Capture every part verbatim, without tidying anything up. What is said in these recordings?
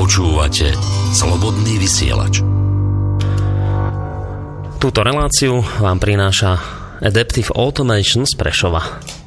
Počúvate Slobodný vysielač. Túto reláciu vám prináša Adaptive Automation z Prešova.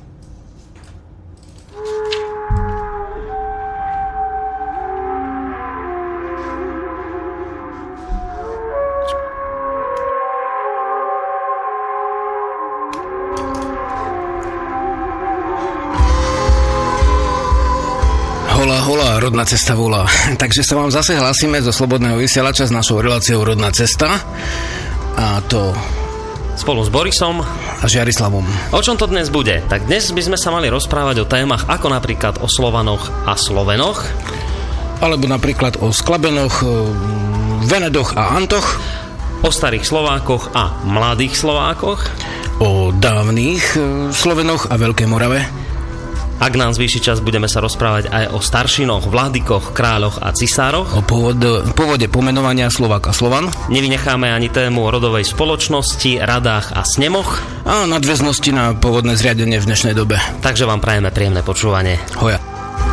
Rodná cesta volá. Takže sa vám zase hlásime zo Slobodného vysielača s našou reláciou Rodná cesta. A to spolu s Borisom a Žiarislavom. O čom to dnes bude? Tak dnes by sme sa mali rozprávať o témach ako napríklad o Slovanoch a Slovenoch. Alebo napríklad o Sklabenoch, Venedoch a Antoch. O starých Slovákoch a mladých Slovákoch. O dávnych Slovenoch a Veľkej Morave. Ak nám zvýši čas, budeme sa rozprávať aj o staršinoch, vládykoch, kráľoch a cisároch. O pôvod, pôvode pomenovania Slovák a Slovan. Nevynecháme ani tému o rodovej spoločnosti, radách a snemoch. A nadväznosti na pôvodné zriadenie v dnešnej dobe. Takže vám prajeme príjemné počúvanie. Hoja.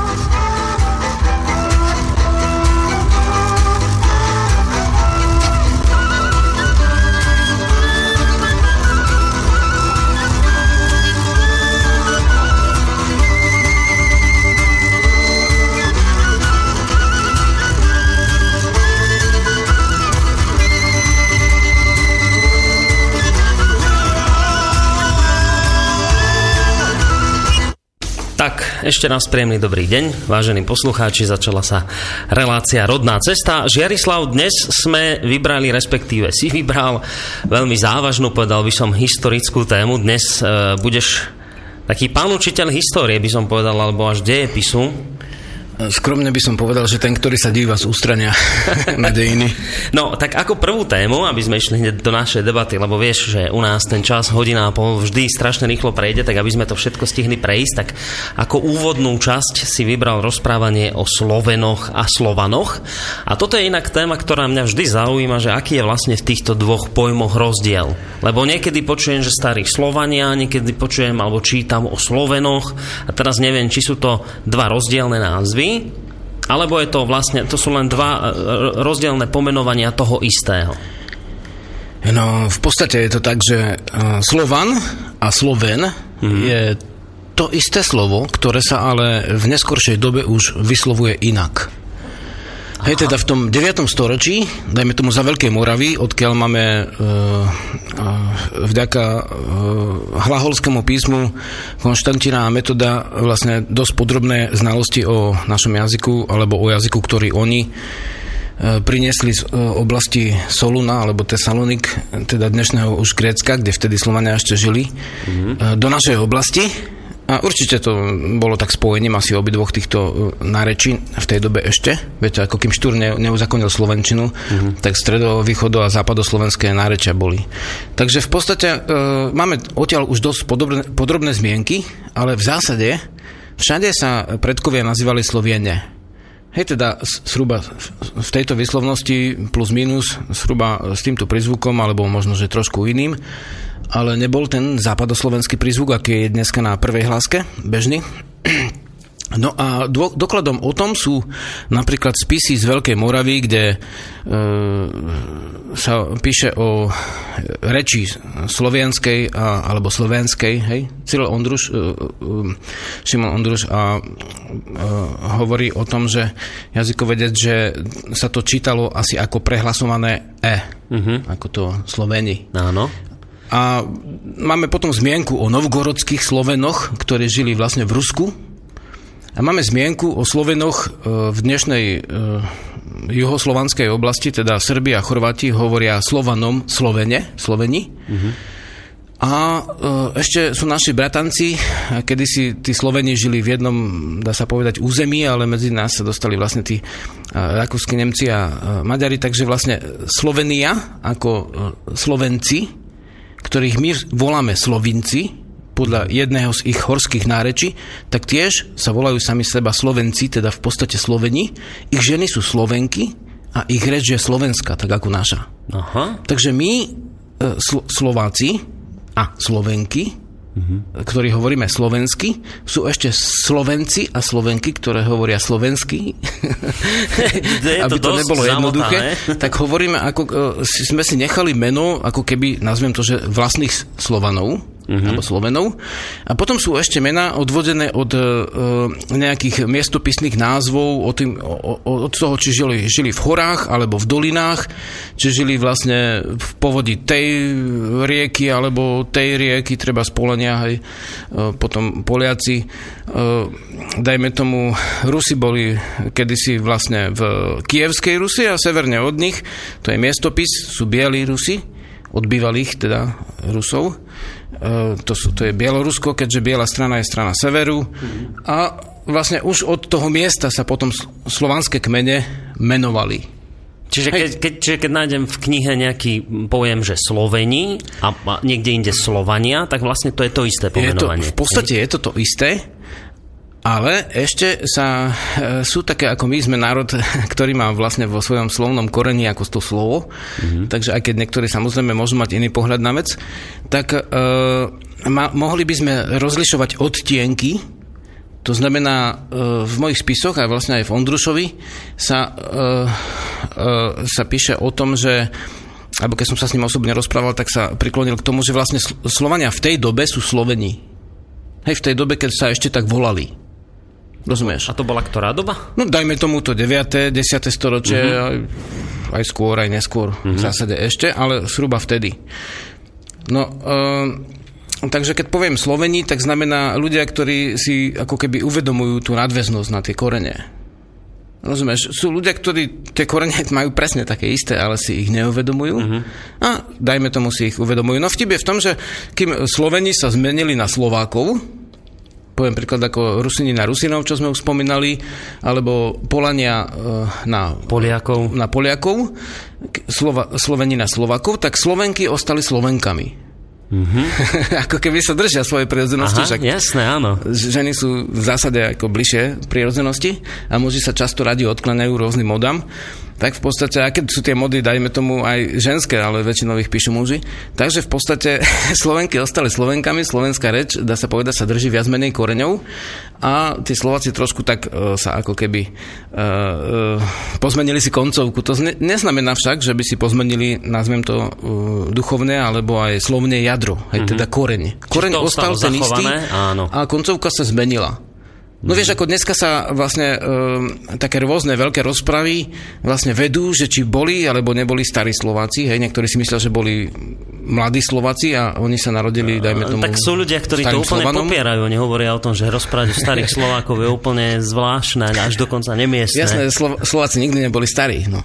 Tak, ešte raz príjemný dobrý deň, vážení poslucháči, začala sa relácia Rodná cesta. Žiarislav, dnes sme vybrali, respektíve si vybral veľmi závažnú, povedal by som, historickú tému. Dnes e, budeš taký pán učiteľ histórie, by som povedal, alebo až dejepisu. Skromne by som povedal, že ten, ktorý sa díva z ústrania na dejiny. No, tak ako prvú tému, aby sme išli hneď do našej debaty, lebo vieš, že u nás ten čas, hodina a pol, vždy strašne rýchlo prejde, tak aby sme to všetko stihli prejsť, tak ako úvodnú časť si vybral rozprávanie o Slovenoch a Slovanoch. A toto je inak téma, ktorá mňa vždy zaujíma, že aký je vlastne v týchto dvoch pojmoch rozdiel. Lebo niekedy počujem, že starí Slovania, niekedy počujem alebo čítam o Slovenoch a teraz neviem, či sú to dva rozdielne názvy, alebo je to vlastne, to sú len dva rozdielne pomenovania toho istého? No, v podstate je to tak, že Slovan a Sloven mm. je to isté slovo, ktoré sa ale v neskoršej dobe už vyslovuje inak. Aha. Hej, teda v tom deviatom storočí, dajme tomu za Veľkej Moravy, odkiaľ máme e, e, vďaka e, hlaholskému písmu Konštantína a Metoda vlastne dosť podrobné znalosti o našom jazyku, alebo o jazyku, ktorý oni e, priniesli z e, oblasti Soluna, alebo Tesalonik, teda dnešného už Grécka, kde vtedy Slovania ešte žili, mm-hmm. e, do našej oblasti. A určite to bolo tak spojením asi obidvoch týchto nárečí v tej dobe ešte. Viete, ako kým Štúr ne, neuzakonil slovenčinu, mm-hmm. tak stredo, východo a západoslovenské nárečia boli. Takže v podstate e, máme odtiaľ už dosť podrobné, podrobné zmienky, ale v zásade všade sa predkovia nazývali Sloviene. Hej, teda zhruba v tejto výslovnosti plus minus zhruba s týmto prízvukom, alebo možno, že trošku iným, ale nebol ten západoslovenský prízvuk, aký je dneska na prvej hláske, bežný. No a dô, dokladom o tom sú napríklad spisy z Veľkej Moravy, kde e, sa píše o reči slovenskej a, alebo slovenskej, hej. Cyril Ondruš, e, e, Šimon Ondruš a e, hovorí o tom, že jazykovedec, že sa to čítalo asi ako prehlasované E, uh-huh. ako to Sloveni. Áno. A máme potom zmienku o novgorodských Slovenoch, ktorí žili vlastne v Rusku. A máme zmienku o Slovenoch v dnešnej juhoslovanskej oblasti, teda Srbi a Chorváti hovoria Slovanom Slovene, Sloveni. Uh-huh. A ešte sú naši bratanci, kedysi tí Sloveni žili v jednom, dá sa povedať, území, ale medzi nás sa dostali vlastne tí rakúski Nemci a Maďari, takže vlastne Slovenia ako Slovenci, ktorých my voláme Slovinci, podľa jedného z ich horských nárečí, tak tiež sa volajú sami seba Slovenci, teda v podstate Sloveni. Ich ženy sú Slovenky a ich reč je slovenská, tak ako naša. Aha. Takže my, Slo- Slováci a Slovenky, uh-huh. ktorí hovoríme slovensky, sú ešte Slovenci a Slovenky, ktoré hovoria slovensky. Aby to nebolo jednoduché. Tak hovoríme, ako sme si nechali meno, ako keby, nazviem to, že vlastných Slovanov, uh-huh. alebo Slovenov. A potom sú ešte mená odvodené od uh, nejakých miestopisných názvov, od, tým, o, od toho, či žili, žili v horách, alebo v dolinách, či žili vlastne v povodí tej rieky, alebo tej rieky, treba z Polania, hej, uh, potom Poliaci. Uh, dajme tomu, Rusi boli kedysi vlastne v Kievskej Rusi a severne od nich, to je miestopis, sú bieli Rusi, od bývalých teda Rusov. Uh, to, sú, to je Bielorusko, keďže biela strana je strana severu. Mm. A vlastne už od toho miesta sa potom slovanské kmene menovali. Čiže keď, keď, čiže keď nájdem v knihe nejaký pojem, že Sloveni a, a niekde inde Slovania, tak vlastne to je to isté pomenovanie. Je to, v podstate je to to isté, ale ešte sa, sú také, ako my sme národ, ktorý má vlastne vo svojom slovnom koreni ako to slovo, mm-hmm. takže aj keď niektorí samozrejme môžu mať iný pohľad na vec, tak uh, ma, mohli by sme rozlišovať odtienky. To znamená, uh, v mojich spisoch, a vlastne aj v Ondrušovi, sa, uh, uh, sa píše o tom, že alebo keď som sa s ním osobne rozprával, tak sa priklonil k tomu, že vlastne Slovania v tej dobe sú Sloveni. Hej, v tej dobe, keď sa ešte tak volali. Rozumieš? A to bola ktorá doba? No dajme tomu to deviate desiate storočie, uh-huh. aj, aj skôr, aj neskôr, uh-huh. v zásade ešte, ale zhruba vtedy. No, e, takže keď poviem Sloveni, tak znamená ľudia, ktorí si ako keby uvedomujú tú nadväznosť na tie korene. Rozumieš? Sú ľudia, ktorí tie korene majú presne také isté, ale si ich neuvedomujú. Uh-huh. A dajme tomu si ich uvedomujú. No vtip je v tom, že kým Sloveni sa zmenili na Slovákov, poviem príklad ako Rusini na Rusinov, čo sme už spomínali, alebo Polania na Poliakov, na Poliakov Slova, Sloveni na Slovákov, tak Slovenky ostali Slovenkami. Mm-hmm. Ako keby sa držia svoje prirodzenosti. Aha, jasné, áno. Ženy sú v zásade ako bližšie prirodzenosti a muži sa často radi odkláňajú rôznym modám. Tak v podstate, a keď sú tie mody, dajme tomu aj ženské, ale väčšinou ich píšu muži. Takže v podstate Slovenky ostali Slovenkami, slovenská reč, dá sa povedať, sa drží viac menej koreňov a tí Slováci trošku tak uh, sa ako keby uh, uh, pozmenili si koncovku. To ne, neznamená však, že by si pozmenili, nazvem to, uh, duchovné alebo aj slovné jadro, aj mm-hmm. teda koreň. Koreň ostal ten istý a koncovka sa zmenila. No vieš, ako dneska sa vlastne e, také rôzne veľké rozpravy vlastne vedú, že či boli alebo neboli starí Slováci, hej, niektorí si myslia, že boli mladí Slováci a oni sa narodili, dajme tomu, tak sú ľudia, ktorí to úplne Slovanom. Popierajú, oni hovoria o tom, že rozprávať o starých Slovákov je úplne zvláštne, až dokonca nemiestne. Jasné, Slo- Slováci nikdy neboli starí, no.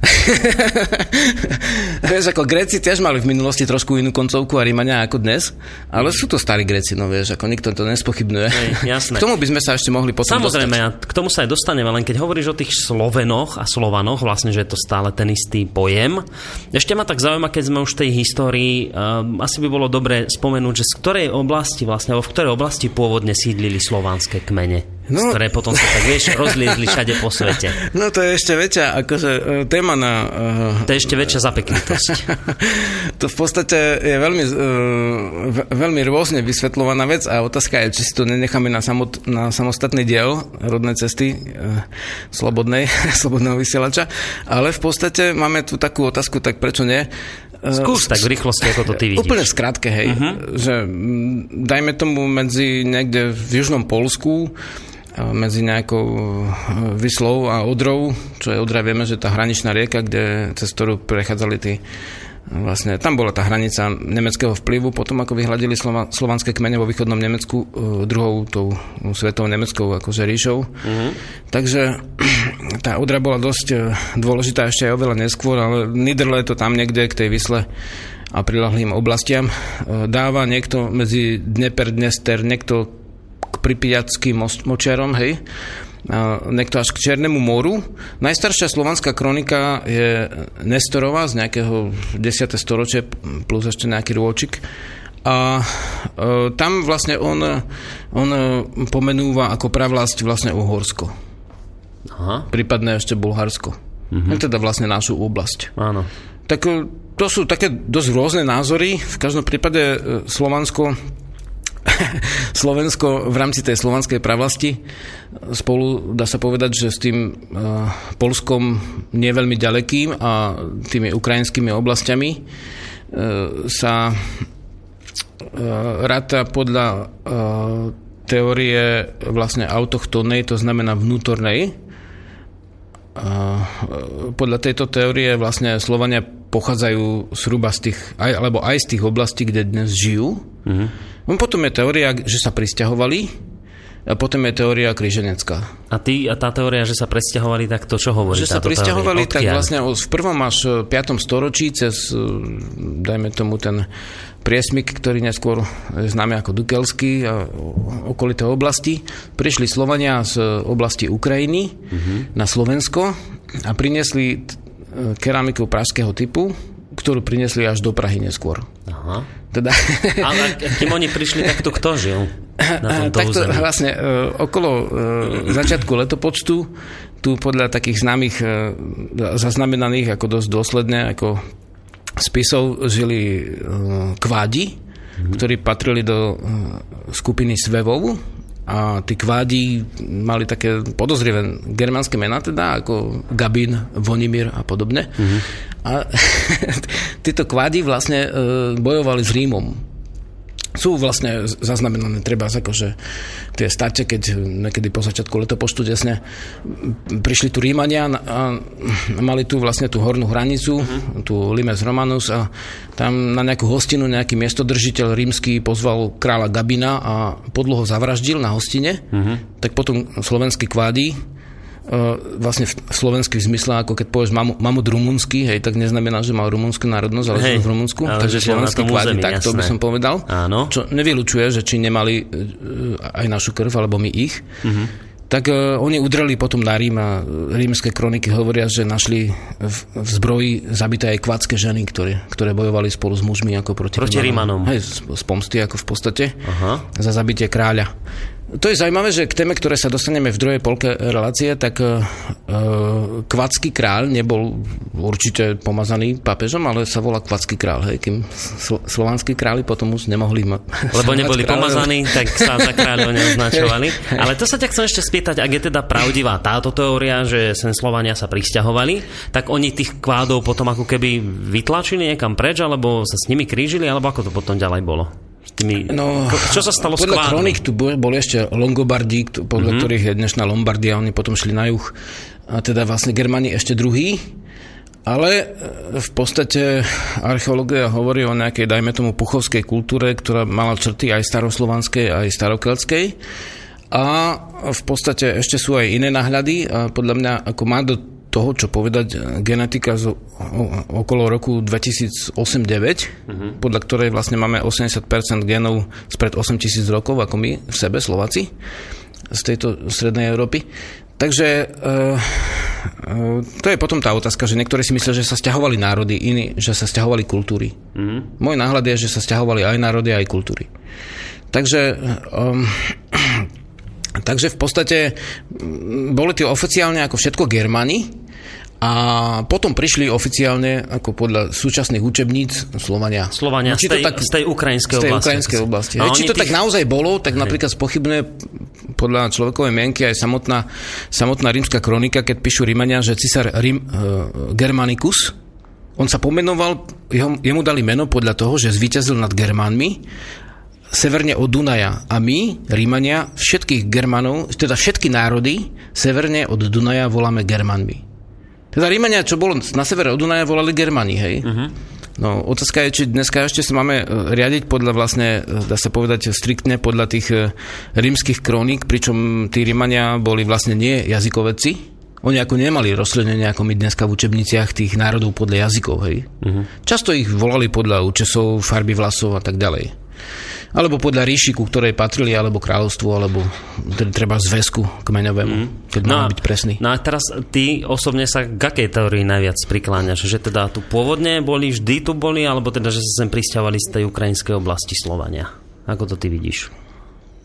Vieš, ako Gréci tiež mali v minulosti trošku inú koncovku a Rímania ako dnes, ale sú to starí Gréci, no vieš, ako nikto to nespochybňuje. Hej, jasné. K tomu by sme sa ešte mohli potom Samozrejme, dostať. ja k tomu sa aj dostaneme, len keď hovoríš o tých Slovenoch a Slovanoch, vlastne, že je to stále ten istý pojem. Ešte ma tak zaujíma, keď sme už v tej histórii, um, asi by bolo dobre spomenúť, že z ktorej oblasti vlastne, alebo v ktorej oblasti pôvodne sídlili slovanské kmene? No, ktoré potom sa tak, vieš, rozliezli všade po svete. No to je ešte väčšia akože téma na... Uh, to je ešte väčšia zapeknitosť. To v podstate je veľmi, uh, veľmi rôzne vysvetľovaná vec a otázka je, či si to nenecháme na, samot, na samostatný diel rodnej cesty uh, slobodnej, slobodného vysielača, ale v podstate máme tu takú otázku, tak prečo nie? Skús tak v rýchlosti, ako to ty vidíš. Úplne v skratke, hej. Uh-huh. Že dajme tomu medzi niekde v južnom Poľsku medzi nejakou Vyslou a Odrou, čo je Odra, vieme, že tá hraničná rieka, kde, cez ktorú prechádzali tí vlastne, tam bola tá hranica nemeckého vplyvu, potom ako vyhľadili slova, slovanské kmene vo východnom Nemecku druhou tou svetovou nemeckou akože ríšou. Mm-hmm. Takže tá Odra bola dosť dôležitá ešte aj oveľa neskôr, ale Niederle to tam niekde k tej Vysle a prilahlým oblastiam dáva niekto medzi Dnieper, Dnester, niekto k Pripyatským močiarom, hej, a niekto až k Černému moru. Najstaršia slovanská kronika je Nestorová z nejakého desiate storočie plus ešte nejaký rôčik. A e, tam vlastne on, on pomenúva ako pravlasť vlastne Uhorsko. Aha. Prípadne ešte Bulharsko. Mhm. Teda vlastne našu oblasť. Áno. Tak to sú také dosť rôzne názory. V každom prípade Slovansko Slovensko v rámci tej slovanskej pravlasti spolu, dá sa povedať, že s tým uh, Polskom nie veľmi ďalekým a tými ukrajinskými oblastiami uh, sa uh, ráta podľa uh, teórie vlastne autochtónnej, to znamená vnútornej. Uh, podľa tejto teórie vlastne Slovania pochádzajú zhruba z tých, aj, alebo aj z tých oblastí, kde dnes žijú. Mm-hmm. Potom je teória, že sa prisťahovali a potom je teória križenecká. A, ty, a tá teória, že sa prisťahovali, tak to čo hovorí? Že sa prisťahovali, tak vlastne v prvom až piatom storočí cez, dajme tomu ten priesmik, ktorý neskôr je známy ako Dukelský a okolité oblasti, prišli Slovania z oblasti Ukrajiny mm-hmm. na Slovensko a priniesli keramiku pražského typu, ktorú priniesli až do Prahy neskôr. Aha. Teda... Ale kým oni prišli, tak tu kto žil? Na Takto vlastne uh, okolo uh, začiatku letopočtu tu podľa takých známych uh, zaznamenaných ako dosť dôsledne ako spisov žili uh, kvádi, mm-hmm. ktorí patrili do uh, skupiny Svevov a tí kvádi mali také podozrivé germánske mená teda ako Gabin, Vonimír a podobne. Mm-hmm. A títo kvádi vlastne uh, bojovali s Rímom. Sú vlastne zaznamenané treba akože tie state, keď niekedy po začiatku letopočtu desne prišli tu Rímania a mali tu vlastne tú hornú hranicu, uh-huh. tu Limes Romanus a tam na nejakú hostinu nejaký miestodržiteľ rímsky pozval kráľa Gabina a podloho zavraždil na hostine. Uh-huh. Tak potom slovenskí kvádi vlastne v slovenských zmysle, ako keď povieš mamu, mamut rumunsky, hej, tak neznamená, že mal rumunskú národnosť, ale hej, v Rumunsku. Takže slovenský kvádi, tak to by som povedal. Áno. Čo nevylučuje, že či nemali aj našu krv, alebo my ich. Uh-huh. Tak uh, oni udreli potom na Rím a rímske kroniky hovoria, že našli v, v zbroji zabité aj kvátske ženy, ktoré, ktoré bojovali spolu s mužmi ako proti, proti Rímanom. Hej, z, z pomsty ako v podstate. Aha. Za zabitie kráľa. To je zaujímavé, že k téme, ktoré sa dostaneme v druhej polke relácie, tak uh, kvátsky kráľ nebol určite pomazaný pápežom, ale sa volá kvátsky kráľ, hej, kým slo- slovanskí králi potom už nemohli ma- lebo neboli kráľ, pomazaní, tak sa za kráľov neoznačovali. Ale to sa ťa chcem ešte spýtať, ak je teda pravdivá táto teória, že sem Slovania sa prisťahovali, tak oni tých kvádov potom ako keby vytlačili niekam preč, alebo sa s nimi krížili, alebo ako to potom ďalej bolo? Tými, no, čo sa stalo s kvádmi? Podľa kronik tu boli ešte Longobardi, podľa mm-hmm. ktorých je dnešná Lombardia, oni potom šli na juh, a teda vlastne Germáni ešte druhý, ale v podstate archeológia hovorí o nejakej, dajme tomu, puchovskej kultúre, ktorá mala črty aj staroslovanskej, aj starokeltskej, a v podstate ešte sú aj iné náhľady a podľa mňa ako má do toho, čo povedať genetika z okolo roku dvetisícosem deväť, uh-huh. podľa ktorej vlastne máme osemdesiat percent genov spred osemtisíc rokov, ako my v sebe, Slováci, z tejto strednej Európy. Takže uh, uh, to je potom tá otázka, že niektorí si myslia, že sa sťahovali národy, iní, že sa sťahovali kultúry. Uh-huh. Môj náhľad je, že sa sťahovali aj národy, aj kultúry. Takže... Um, Takže v podstate boli to oficiálne ako všetko Germáni a potom prišli oficiálne ako podľa súčasných učebníc Slovania. Slovania z tej, tak, z tej ukrajinskej z tej oblasti. Ukrajinskej oblasti. Hej, či to tých... tak naozaj bolo, tak napríklad spochybné podľa človekovej mienky aj samotná, samotná rímska kronika, keď píšu Rímania, že cisár Rím, uh, Germanicus, on sa pomenoval, jeho, jemu dali meno podľa toho, že zvíťazil nad Germánmi severne od Dunaja. A my, Rímania, všetkých Germanov, teda všetky národy, severne od Dunaja voláme Germanmi. Teda Rímania, čo bolo na severe od Dunaja, volali Germani, hej? Uh-huh. No, otázka je, či dneska ešte sa máme riadiť podľa vlastne, dá sa povedať, striktne podľa tých rímskych krónik, pričom tí Rímania boli vlastne nie jazykovedci. Oni ako nemali rozsledenie, ako my dneska v učebniciach tých národov podľa jazykov, hej? Uh-huh. Často ich volali podľa účesov, farby vlasov a tak ďalej. Alebo podľa ríši, ku ktorej patrili, alebo kráľovstvu, alebo treba zväzku kmeňovému, mm. keď no má byť presný. No a teraz ty osobne sa k akej teórii najviac prikláňaš? Že teda tu pôvodne boli, vždy tu boli, alebo teda, že sa sem prisťahovali z tej ukrajinskej oblasti Slovania? Ako to ty vidíš?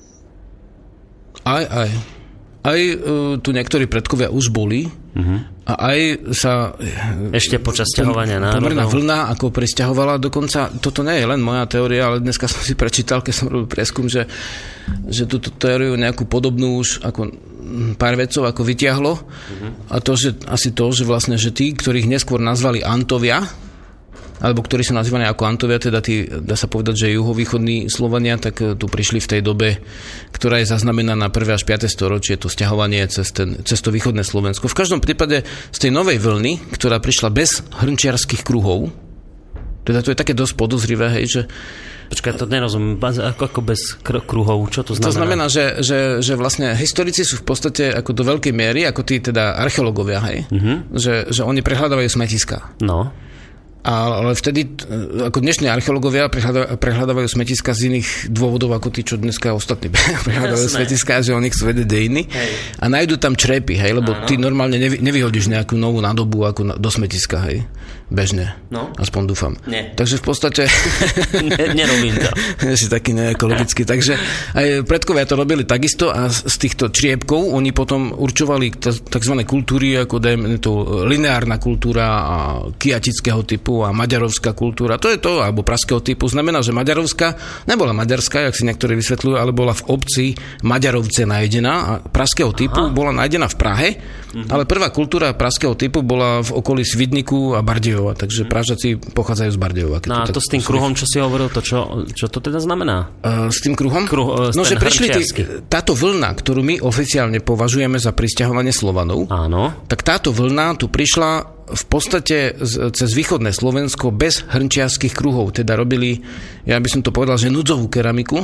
Aj, aj. Aj uh, tu niektorí predkovia už boli, uh-huh. A aj sa... Ešte počas sťahovania národov. Pomerná vlna, ako presťahovala. Dokonca, toto nie je len moja teória, ale dneska som si prečítal, keď som robil prieskum, že, že túto teóriu nejakú podobnú už ako pár vedcov ako vyťahlo. Uh-huh. A to, že asi to, že vlastne, že tí, ktorých neskôr nazvali Antovia, alebo ktorí sa nazývaní ako Antovia, teda tí, dá sa povedať, že juhovýchodní Slovania, tak tu prišli v tej dobe, ktorá je zaznamenaná na prvé až piate storočie, to sťahovanie cez, ten, cez to východné Slovensko. V každom prípade z tej novej vlny, ktorá prišla bez hrnčiarskych kruhov, teda to je také dosť podozrivé, hej, že... Počkaj, to nerozumiem, ako, ako bez kr- kruhov, čo to znamená? To znamená, že, že, že vlastne historici sú v podstate ako do veľkej miery, ako tí teda archeológovia, hej, uh-huh. že, že oni prehľadávajú smetiska. No. Ale vtedy, ako dnešní archeológovia prehľadávajú smetiska z iných dôvodov, ako tí, čo dneska ostatní prehľadávajú smetiska, že oni chcú vedieť dejiny. Hej. A nájdu tam črepy, hej, lebo Áno. ty normálne nevy, nevyhodíš nejakú novú nádobu ako na, do smetiska, hej, bežne. No. Aspoň dúfam. Nie. Takže v podstate... ne, nerobím to. Si taký neekologický. Takže aj predkovia to robili takisto a z týchto čriepkov oni potom určovali tzv. Kultúry, ako dajme to lineárna kultúra a kiatického typu a maďarovská kultúra. To je to, alebo praského typu. Znamená, že maďarovská nebola maďarská, jak si niektorí vysvetľujú, ale bola v obci Maďarovce nájdená a praského typu Aha. bola nájdená v Prahe, uh-huh. ale prvá kultúra praského typu bola v okolí Svidniku a Bardejova, takže uh-huh. Pražaci pochádzajú z Bardejova. No a to, to s tým kruhom, čo si hovoril, to čo, čo to teda znamená? Uh, s tým kruhom? Kruh, uh, no, že prišli tí, táto vlna, ktorú my oficiálne považujeme za prisťahovanie Slovanov, Áno. tak táto vlna tu prišla v podstate cez východné Slovensko bez hrnčiarskych kruhov. Teda robili, ja by som to povedal, že núdzovú keramiku,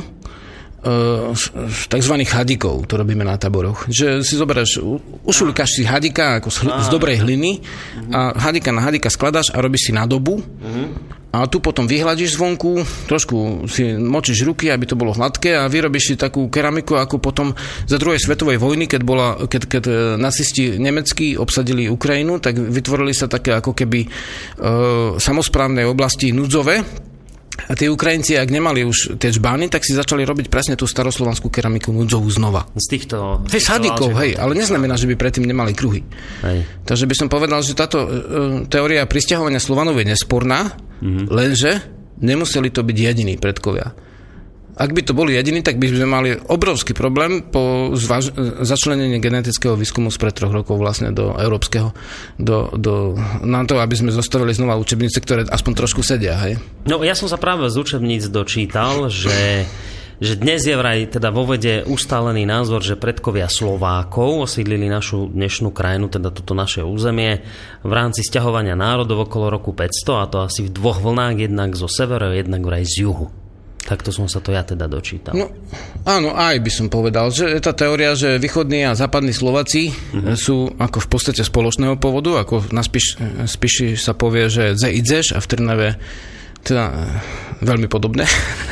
takzvaných hadikov, to robíme na táboroch. Že si zoberieš, ušulikáš si hadika ako z, hl- z dobrej hliny a hadika na hadika skladáš a robíš si nádobu a tu potom vyhľadíš zvonku, trošku si močíš ruky, aby to bolo hladké a vyrobíš si takú keramiku, ako potom za druhej svetovej vojny, keď, bola, keď, keď nacisti nemeckí obsadili Ukrajinu, tak vytvorili sa také ako keby e, samosprávnej oblasti núdzové. A tí Ukrajinci, ak nemali už tie žbány, tak si začali robiť presne tú staroslovanskú keramiku núdzovú znova. Z týchto... Hej, z hadikov, hej, ale neznamená, že by predtým nemali kruhy. Hej. Takže by som povedal, že táto e, teória prisťahovania Slovanov je nesporná, mm-hmm. lenže nemuseli to byť jediní predkovia. Ak by to boli jediní, tak by sme mali obrovský problém po zvaž- začlenení genetického výskumu spred troch rokov vlastne do európskeho, do, do, na to, aby sme zostavili znova učebnice, ktoré aspoň trošku sedia, hej? No, ja som sa práve z učebníc dočítal, že, že dnes je vraj teda vo vede ustálený názor, že predkovia Slovákov osídlili našu dnešnú krajinu, teda toto naše územie, v rámci sťahovania národov okolo roku päťsto, a to asi v dvoch vlnách, jednak zo severu, jednak vraj z juhu. Takto som sa to ja teda dočítal. No, áno, aj by som povedal, že je tá teória, že východní a západní Slováci uh-huh. sú ako v podstate spoločného pôvodu, ako na Spiš, Spiši sa povie, že ze idzeš a v Trnave teda veľmi podobné.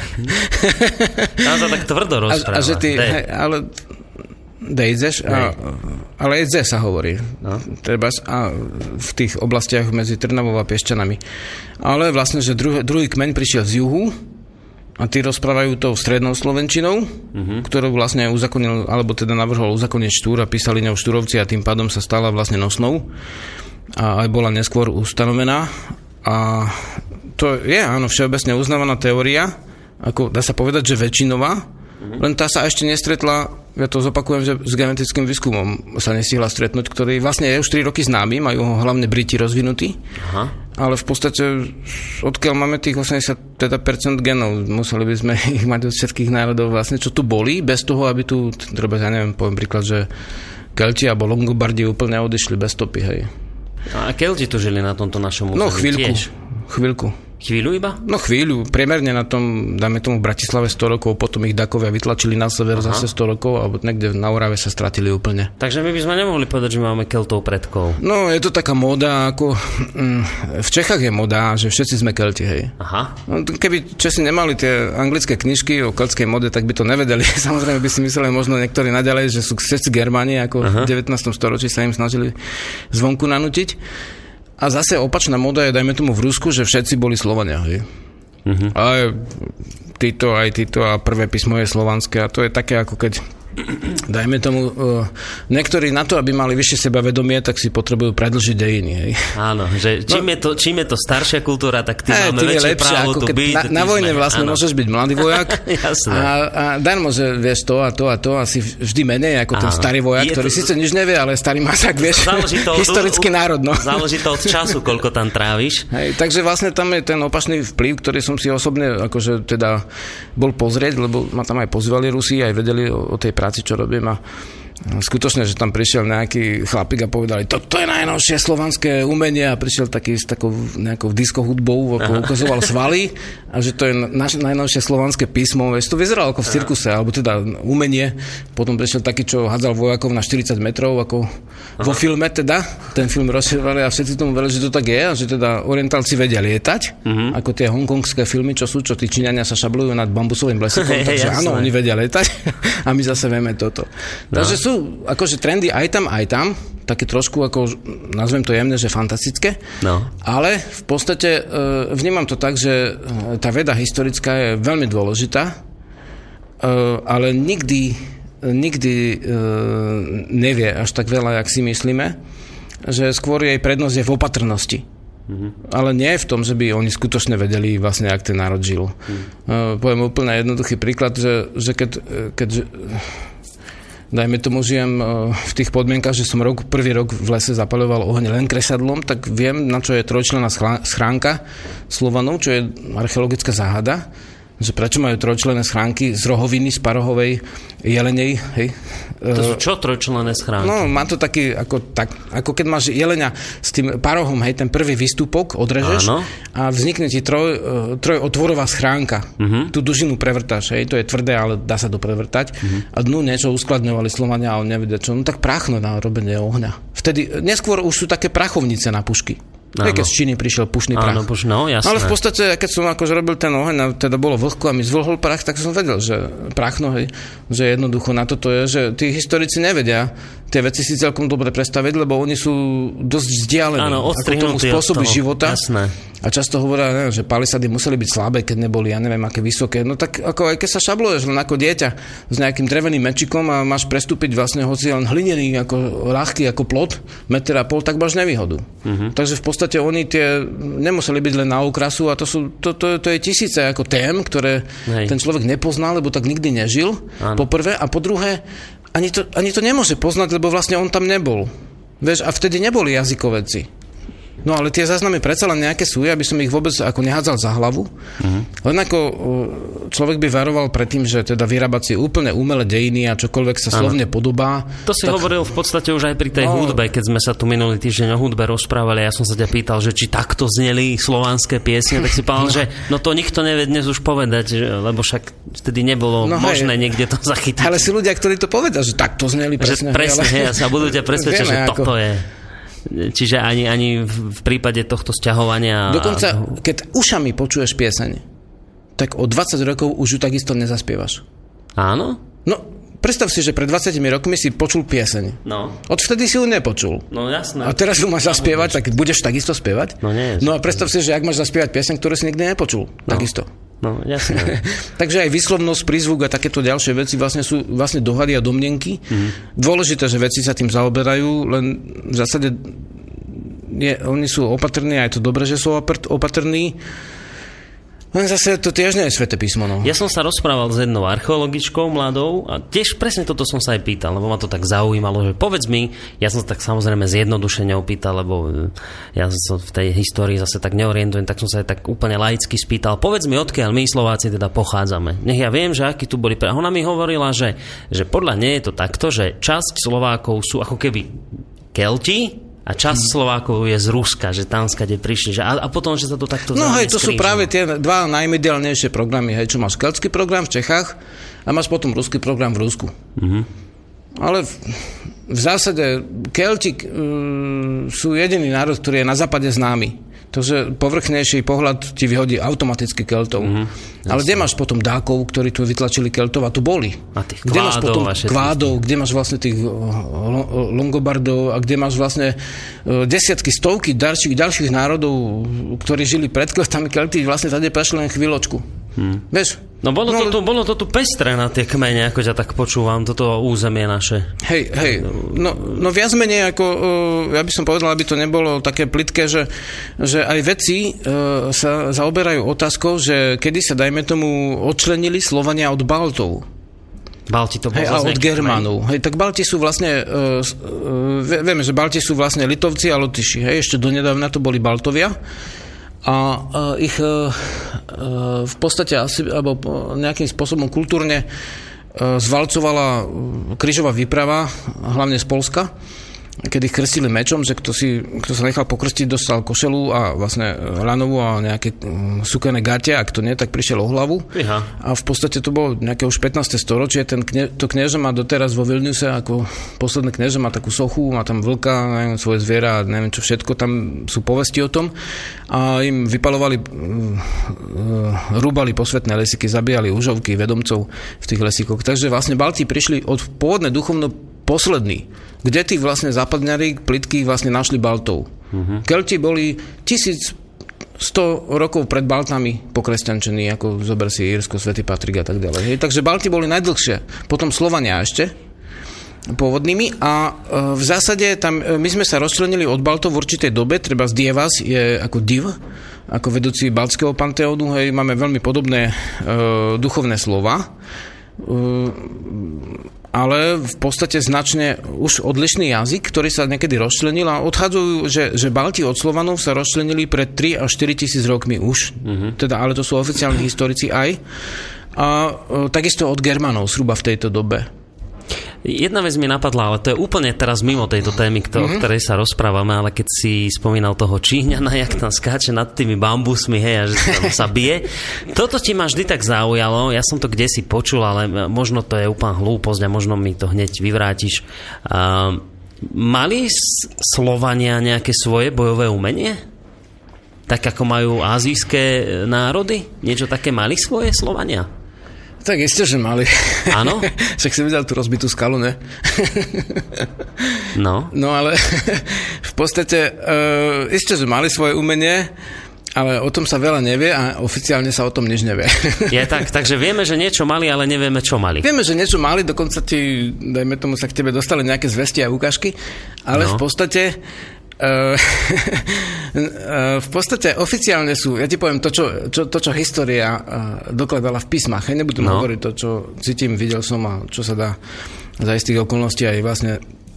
Tam sa tak tvrdo rozpráva. A, a že ty, hej, ale dejdeš, a, ale edze sa hovorí. No. Treba a v tých oblastiach medzi Trnavou a Piešťanami. Ale vlastne, že druhý, druhý kmeň prišiel z juhu, a tí rozprávajú tou strednou slovenčinou, uh-huh. ktorú vlastne uzakonil, alebo teda navrhol uzakoniť Štúr a písali ňou Štúrovci a tým pádom sa stala vlastne nosnou a aj bola neskôr ustanovená. A to je, áno, všeobecne uznávaná teória, ako dá sa povedať, že väčšinová, uh-huh. len tá sa ešte nestretla, ja to zopakujem, že s genetickým výskumom sa nestihla stretnúť, ktorý vlastne je už tri roky známy, majú ho hlavne Briti rozvinutí. Aha. Ale v podstate, odkiaľ máme tých osemdesiat teda percent genov, museli by sme ich mať od všetkých národov vlastne, čo tu boli, bez toho, aby tu, treba, ja neviem, poviem príklad, že Kelti alebo Longobardi úplne odišli bez stopy, hej. A Kelti tu žili na tomto našom území? No chvíľku, tiež. chvíľku. Chvíľu iba? No chvíľu, priemerne na tom, dáme tomu v Bratislave sto rokov, potom ich Dakovia vytlačili na sever Aha. zase sto rokov, alebo niekde na Orave sa stratili úplne. Takže my by sme nemohli povedať, že máme Keltov predkov. No, je to taká móda, ako mm, v Čechách je móda, že všetci sme Kelti, hej. Aha. No, keby Česi nemali tie anglické knižky o keltskej móde, tak by to nevedeli. Samozrejme by si mysleli možno niektorí naďalej, že sú všetci Germáni, ako Aha. v devätnástom storočí sa im snažili zvonku nanútiť. A zase opačná moda je, dajme tomu v Rusku, že všetci boli Slovania, hej. Uh-huh. Aj títo, aj títo a prvé písmo je slovanské a to je také, ako keď dajme tomu, uh, niektorí na to, aby mali vyššie sebavedomie, tak si potrebujú predlžiť dejiny. Hej. Áno, že čím, no, je to, čím je to staršia kultúra, tak tým hey, máme väčšie právo tu byť. Na, na vojne sme, vlastne áno. Môžeš byť mladý vojak a, a darmo, že vieš to a to a to, asi vždy menej ako áno. ten starý vojak, je ktorý to... síce nič nevie, ale starý masak, vieš, historický národ. No. Záleží to od času, koľko tam tráviš. Hej, takže vlastne tam je ten opačný vplyv, ktorý som si osobne akože teda bol pozrieť, lebo ma tam aj pozvali Rusi, aj vedeli o, o tej práci, čo robím a skutočne, že tam prišiel nejaký chlapík a povedali, toto je najnovšie slovanské umenie a prišiel taký s takou nejakou disco hudbou, ako ukazoval svaly a že to je naš, najnovšie slovanské písmo, vieš, to vyzeralo ako v cirkuse, alebo teda umenie. Potom prišiel taký, čo hádzal vojakov na štyridsať metrov, ako Aha. vo filme teda, ten film rozširovali a všetci tomu verili, že to tak je a že teda orientálci vedia lietať, uh-huh. ako tie hongkongské filmy, čo sú, čo tí Číňania sa šablujú nad bambusovým blesikom, takže hey, áno, oni vedia lietať a my zase vieme toto. No. Takže sú akože trendy aj tam, aj tam, také trošku, ako nazvem to jemne, že fantastické, no. ale v podstate e, vnímam to tak, že tá veda historická je veľmi dôležitá, e, ale nikdy, nikdy e, nevie až tak veľa, jak si myslíme, že skôr jej prednosť je v opatrnosti. Mm-hmm. Ale nie v tom, že by oni skutočne vedeli vlastne, jak ten národ žil. Mm. E, poviem úplne jednoduchý príklad, že, že keď, keď dajme tomu, žijem v tých podmienkach, že som rok, prvý rok v lese zapaľoval oheň len kresadlom, tak viem, na čo je trojčlenná schránka Slovanov, čo je archeologická záhada, že prečo majú trojčlenné schránky z rohoviny, z parohovej, jelenej, hej. To sú čo trojčlenné schránky? No, má to taký, ako, tak, ako keď máš jelenia s tým parohom, hej, ten prvý výstupok odrežeš Áno. a vznikne ti troj, trojotvorová schránka. Uh-huh. Tú dužinu prevrtáš, hej, to je tvrdé, ale dá sa to prevrtať. Uh-huh. A dnu niečo uskladňovali Slovania a on nevedia čo, no tak práchno na robenie ohňa. Vtedy, neskôr už sú také prachovnice na pušky. Aj keď z Číny prišiel pušný prach. Áno, puš, no, jasné. Ale v podstate, keď som akože robil ten oheň a teda bolo vlhko a mi zvlhol prach, tak som vedel, že prachno, hej, že jednoducho na toto je, že tí historici nevedia tie veci si celkom dobre predstaviť, lebo oni sú dosť vzdialení Áno, ako tomu spôsobu života. Jasné. A často hovoria, neviem, že palisady museli byť slabé, keď neboli, ja neviem, aké vysoké. No tak ako aj keď sa šabluješ len ako dieťa s nejakým dreveným mečikom a máš prestúpiť vlastne hoci len hlinený, ako ľahký, ako plot, meter a pol, tak máš nevýhodu. Uh-huh. Takže v podstate oni tie nemuseli byť len na okrasu a to sú, to, to, to je tisíce ako tém, ktoré Hej. ten človek nepozná, lebo tak nikdy nežil, Áno. po prvé, a po druhé, ani to, ani to nemôže poznať, lebo vlastne on tam nebol. Vieš, a vtedy neboli jazykovedci. No ale tie záznamy predsa len nejaké sú, aby som ich vôbec ako nehádzal za hlavu. Uh-huh. Len ako človek by varoval pred tým, že teda vyrábať si úplne umelé dejiny a čokoľvek sa slovne podobá. To si tak... hovoril v podstate už aj pri tej no... hudbe, keď sme sa tu minulý týždeň o hudbe rozprávali. Ja som sa ťa pýtal, že či takto zneli slovanské piesne, tak si povedal, no. že no to nikto nevie dnes už povedať, lebo však vtedy nebolo no, možné hej. niekde to zachytiť. Ale sú ľudia, ktorí to povedia, že takto zneli presne. Že presne, hej, ale... a budú ťa presvedčiť, že ako... toto je. Čiže ani, ani v prípade tohto sťahovania... Dokonca, keď ušami počuješ pieseň, tak o dvadsať rokov už ju takisto nezaspievaš. Áno? No, predstav si, že pred dvadsiatimi rokmi si počul pieseň. No. Odvtedy si ju nepočul. No jasné. A teraz ju máš zaspievať, tak budeš takisto spievať? No nie. No a predstav si, že ak máš zaspievať pieseň, ktorú si nikdy nepočul. No. Takisto. No, jasné. Takže aj výslovnosť, prízvuk a takéto ďalšie veci vlastne sú vlastne dohady a domnenky. Mm. Dôležité, že veci sa tým zaoberajú, len v zásade je, oni sú opatrní a je to dobré, že sú opatrní. Len zase to tiež nie je sväté písmo. No. Ja som sa rozprával s jednou archeologičkou mladou a tiež presne toto som sa aj pýtal, lebo ma to tak zaujímalo, že povedz mi, ja som sa tak samozrejme zjednodušene opýtal, lebo ja som v tej histórii zase tak neorientujem, tak som sa aj tak úplne laicky spýtal, povedz mi, odkiaľ my Slováci teda pochádzame. Nech ja viem, že akí tu boli. A ona mi hovorila, že, že podľa nej je to takto, že časť Slovákov sú ako keby Kelti, a časť hmm. Slovákov je z Ruska, že tam skade prišli. Že a, a potom, že sa to takto... No hej, to skrížilo. Sú práve tie dva najmediálnejšie programy. Hej, čo máš keltský program v Čechách a máš potom ruský program v Rusku. Mm-hmm. Ale v, v zásade Kelti uh, sú jediný národ, ktorý je na západe známy. Takže povrchnejší pohľad ti vyhodí automaticky Keltov. Mm-hmm. Ale kde máš potom Dákov, ktorí tu vytlačili Keltov a tu boli? A tých kde kvádov, máš potom kvádov, kde máš vlastne tých Longobardov a kde máš vlastne desiatky, stovky ďalších, ďalších národov, ktorí žili pred Keltami. Kelti vlastne tady prešli len chvíľočku. Hmm. Vieš? No bolo, no, to tu, bolo to tu pestré na tie kmene, ako ťa tak počúvam, toto územie naše. Hej, hej, no, no viac menej ako, ja by som povedal, aby to nebolo také plitké, že, že aj vedci uh, sa zaoberajú otázkou, že kedy sa, dajme tomu, odčlenili Slovania od Baltov. Balti to bol hej, a od Germánov. Hej, tak Balti sú vlastne, uh, uh, vieme, že Balti sú vlastne Litovci a Lotyši. Hej, ešte donedávna to boli Baltovia. A uh, ich uh, uh, v podstate asi, alebo nejakým spôsobom kultúrne uh, zvalcovala krížová výprava, hlavne z Polska, keď ich krstili mečom, že kto, si, kto sa nechal pokrstiť, dostal košelu a vlastne lanovú a nejaké sukené gate, a kto nie, tak prišiel o hlavu. Iha. A v podstate to bolo nejaké už pätnáste storočie. Ten kne, to knieža má doteraz vo Vilniuse ako posledné knieža, má takú sochu, má tam vlka, neviem, svoje zviera, neviem čo všetko, tam sú povesti o tom. A im vypalovali, rúbali posvetné lesiky, zabíjali užovky, vedomcov v tých lesíkoch. Takže vlastne Balti prišli od pôvodné duchovno posledný, kde tí vlastne západňari plitky vlastne našli Baltov. Uh-huh. Kelti boli tisícsto rokov pred Baltami pokresťančení, ako zober si Írsko, Svätý Patrik a tak ďalej. Hej. Takže Balti boli najdlhšie. Potom Slovania ešte pôvodnými a e, v zásade tam e, my sme sa rozčlenili od Baltov v určitej dobe, treba z Dievas je ako div, ako vedúci baltského panteónu, hej, máme veľmi podobné e, duchovné slova. E, ale v podstate značne už odlišný jazyk, ktorý sa niekedy rozčlenil a odchádzajú, že, že Balti od Slovanov sa rozčlenili pred tri až štyri tisíc rokmi už. Uh-huh. Teda, ale to sú oficiálni historici aj. A e, takisto od Germanov zhruba v tejto dobe. Jedna vec mi napadla, ale to je úplne teraz mimo tejto témy, kto, mm-hmm. o ktorej sa rozprávame, ale keď si spomínal toho Číňana, jak tam skáče nad tými bambusmi, hej, a že sa, sa bije. Toto ti ma vždy tak zaujalo, ja som to kdesi počul, ale možno to je úplná hlúposť a možno mi to hneď vyvrátiš. Uh, mali Slovania nejaké svoje bojové umenie? Tak ako majú azijské národy? Niečo také mali svoje Slovania? Tak isté, že mali. Áno? Však si videl tú rozbitú skalu, ne? No. No ale v podstate uh, isté, že mali svoje umenie, ale o tom sa veľa nevie a oficiálne sa o tom nič nevie. Je tak, takže vieme, že niečo mali, ale nevieme, čo mali. Vieme, že niečo mali, dokonca ti, dajme tomu, sa k tebe dostali nejaké zvesti a ukážky, ale no. v podstate Uh, v podstate oficiálne sú, ja ti poviem to, čo, čo, to, čo história uh, dokladala v písmach. Hej, nebudem no. hovoriť to, čo cítim, videl som a čo sa dá za istých okolností aj vlastne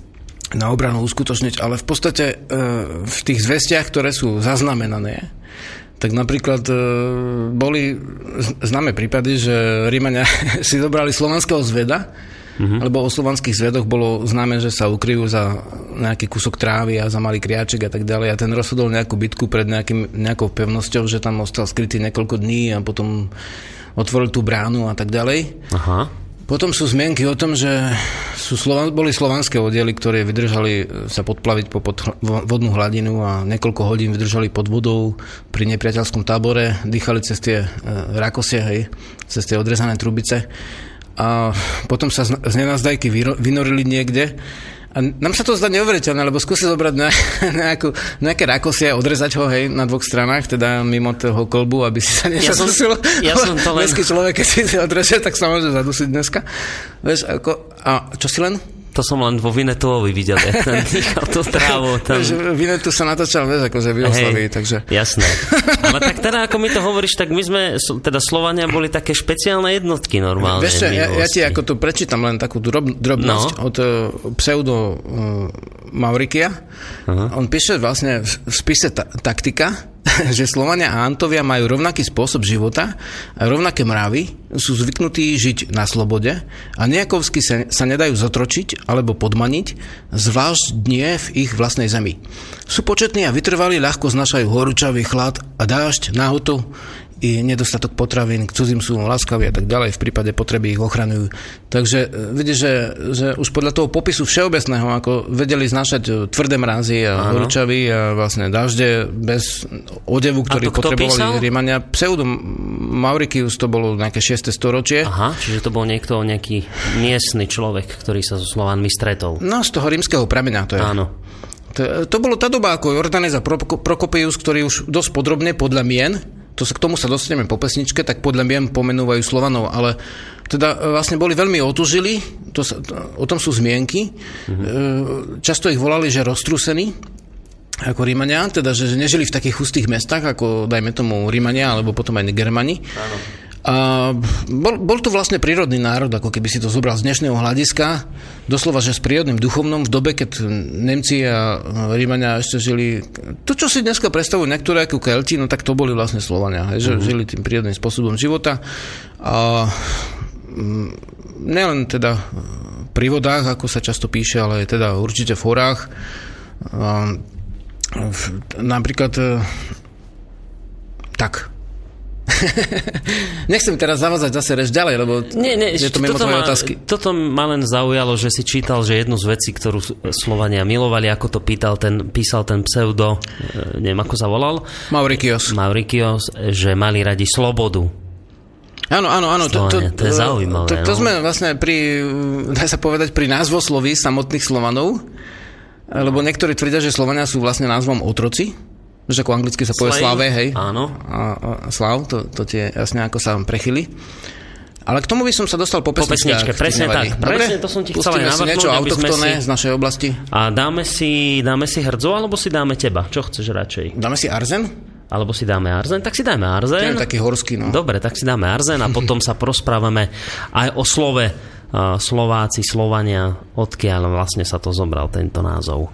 na obranu uskutočniť, ale v podstate uh, v tých zvestiach, ktoré sú zaznamenané, tak napríklad uh, boli známe prípady, že Rímania si zobrali slovanského zveda, Mm-hmm. lebo o slovanských zvedoch bolo známe, že sa ukryjú za nejaký kúsok trávy a za malý kriaček a tak ďalej a ten rozhodol nejakú bitku pred nejakým, nejakou pevnosťou, že tam ostal skrytý niekoľko dní a potom otvoril tú bránu a tak ďalej. Aha. Potom sú zmienky o tom, že sú Slovan, boli slovanské oddiely, ktoré vydržali sa podplaviť po pod, vodnú hladinu a niekoľko hodín vydržali pod vodou pri nepriateľskom tábore, dýchali cez tie e, rakosie, hej, cez tie odrezané trubice. A potom sa z nenazdajky vynorili niekde. A nám sa to zdá neuveriteľné, lebo skúsi zobrať nejakú, nejaké rakosie, odrezať ho, hej, na dvoch stranách, teda mimo toho kolbu, aby si sa nezadusil. Ja som, ja som to len... Dnesky človek, keď si odreže, tak sa môže zadusiť dneska. Vieš, ako... A čo si len? To som len vo Vinetuovi videl, jak ten dýchal tú trávu. Tam... Vinetu sa natáčal, vieš, akože v Jugoslavii, takže... Jasné. Ale tak teda, ako mi to hovoríš, tak my sme, teda Slovania boli také špeciálne jednotky normálne. Vieš čo, ja, ja ti ako to prečítam len takú drob, drobnosť no. od uh, pseudo uh, Maurikia. Uh-huh. On píše vlastne v, v spise ta, taktika, že Slovania a Antovia majú rovnaký spôsob života a rovnaké mravy, sú zvyknutí žiť na slobode a nejakovsky sa, sa nedajú zotročiť alebo podmaniť, zvlášť nie v ich vlastnej zemi. Sú početní a vytrvalí, ľahko znašajú horúčavý chlad a dážď, nahotu i nedostatok potravín, k cudzím sú láskaví a tak ďalej, v prípade potreby ich ochraňujú. Takže vidíš, že, že už podľa toho popisu všeobecného, ako vedeli znašať tvrdé mrazy a horúčavy a vlastne dažde bez odevu, ktorý potrebovali Rímania. Pseudo Mauricius to bolo nejaké šieste storočie. Aha, čiže to bol niekto, nejaký miestny človek, ktorý sa so Slovanmi stretol. No, z toho rímskeho prameňa to je. Áno. To, to bolo tá doba ako Jordanes a Prokopius, ktorý už dosť podrobne podľa mien to sa, k tomu sa dostaneme po pesničke, tak podľa mňa pomenúvajú Slovanov, ale teda vlastne boli veľmi otužili, to sa, to, o tom sú zmienky. Mm-hmm. Často ich volali, že roztrúsení, ako Rímania, teda, že nežili v takých hustých mestách, ako dajme tomu Rímania, alebo potom aj Germani. Áno. A bol, bol to vlastne prírodný národ, ako keby si to zobral z dnešného hľadiska, doslova, že s prírodným duchovnom, v dobe, keď Nemci a Rímania ešte žili, to, čo si dneska predstavujú niektoré ako Kelti, no tak to boli vlastne Slovania, že mm-hmm. žili tým prírodným spôsobom života. A nielen teda pri vodách, ako sa často píše, ale teda určite v horách. A napríklad tak nechcem teraz zavázať zase reč ďalej, lebo nie, nie, je to mimo tvojej otázky. Toto ma len zaujalo, že si čítal, že jednu z vecí, ktorú Slovania milovali, ako to pýtal ten, písal ten pseudo, neviem ako sa volal? Maurikios. Maurikios, že mali radi slobodu. Áno, áno, áno. To, to, to je zaujímavé. To, to, to no? sme vlastne pri, dá sa povedať, pri názvosloví samotných Slovanov, lebo niektorí tvrdia, že Slovania sú vlastne názvom otroci, že ako anglicky sa povie Slave, hej. Áno. A, a Slav, to, to tie jasne ako sa vám prechyli. Ale k tomu by som sa dostal po pesničke. Po pesničke, presne tak. Dobre? Presne to som ti chcel aj navrhnúť, niečo autochtónne si... z našej oblasti. A dáme si, dáme si hrdzo, alebo si dáme teba? Čo chceš radšej? Dáme si arzen? Alebo si dáme arzen? Tak si dáme arzen. To je taký horský, no. Dobre, tak si dáme arzen a potom sa porozprávame aj o slove uh, Slováci, Slovania, odkiaľ vlastne sa to zobral tento názov.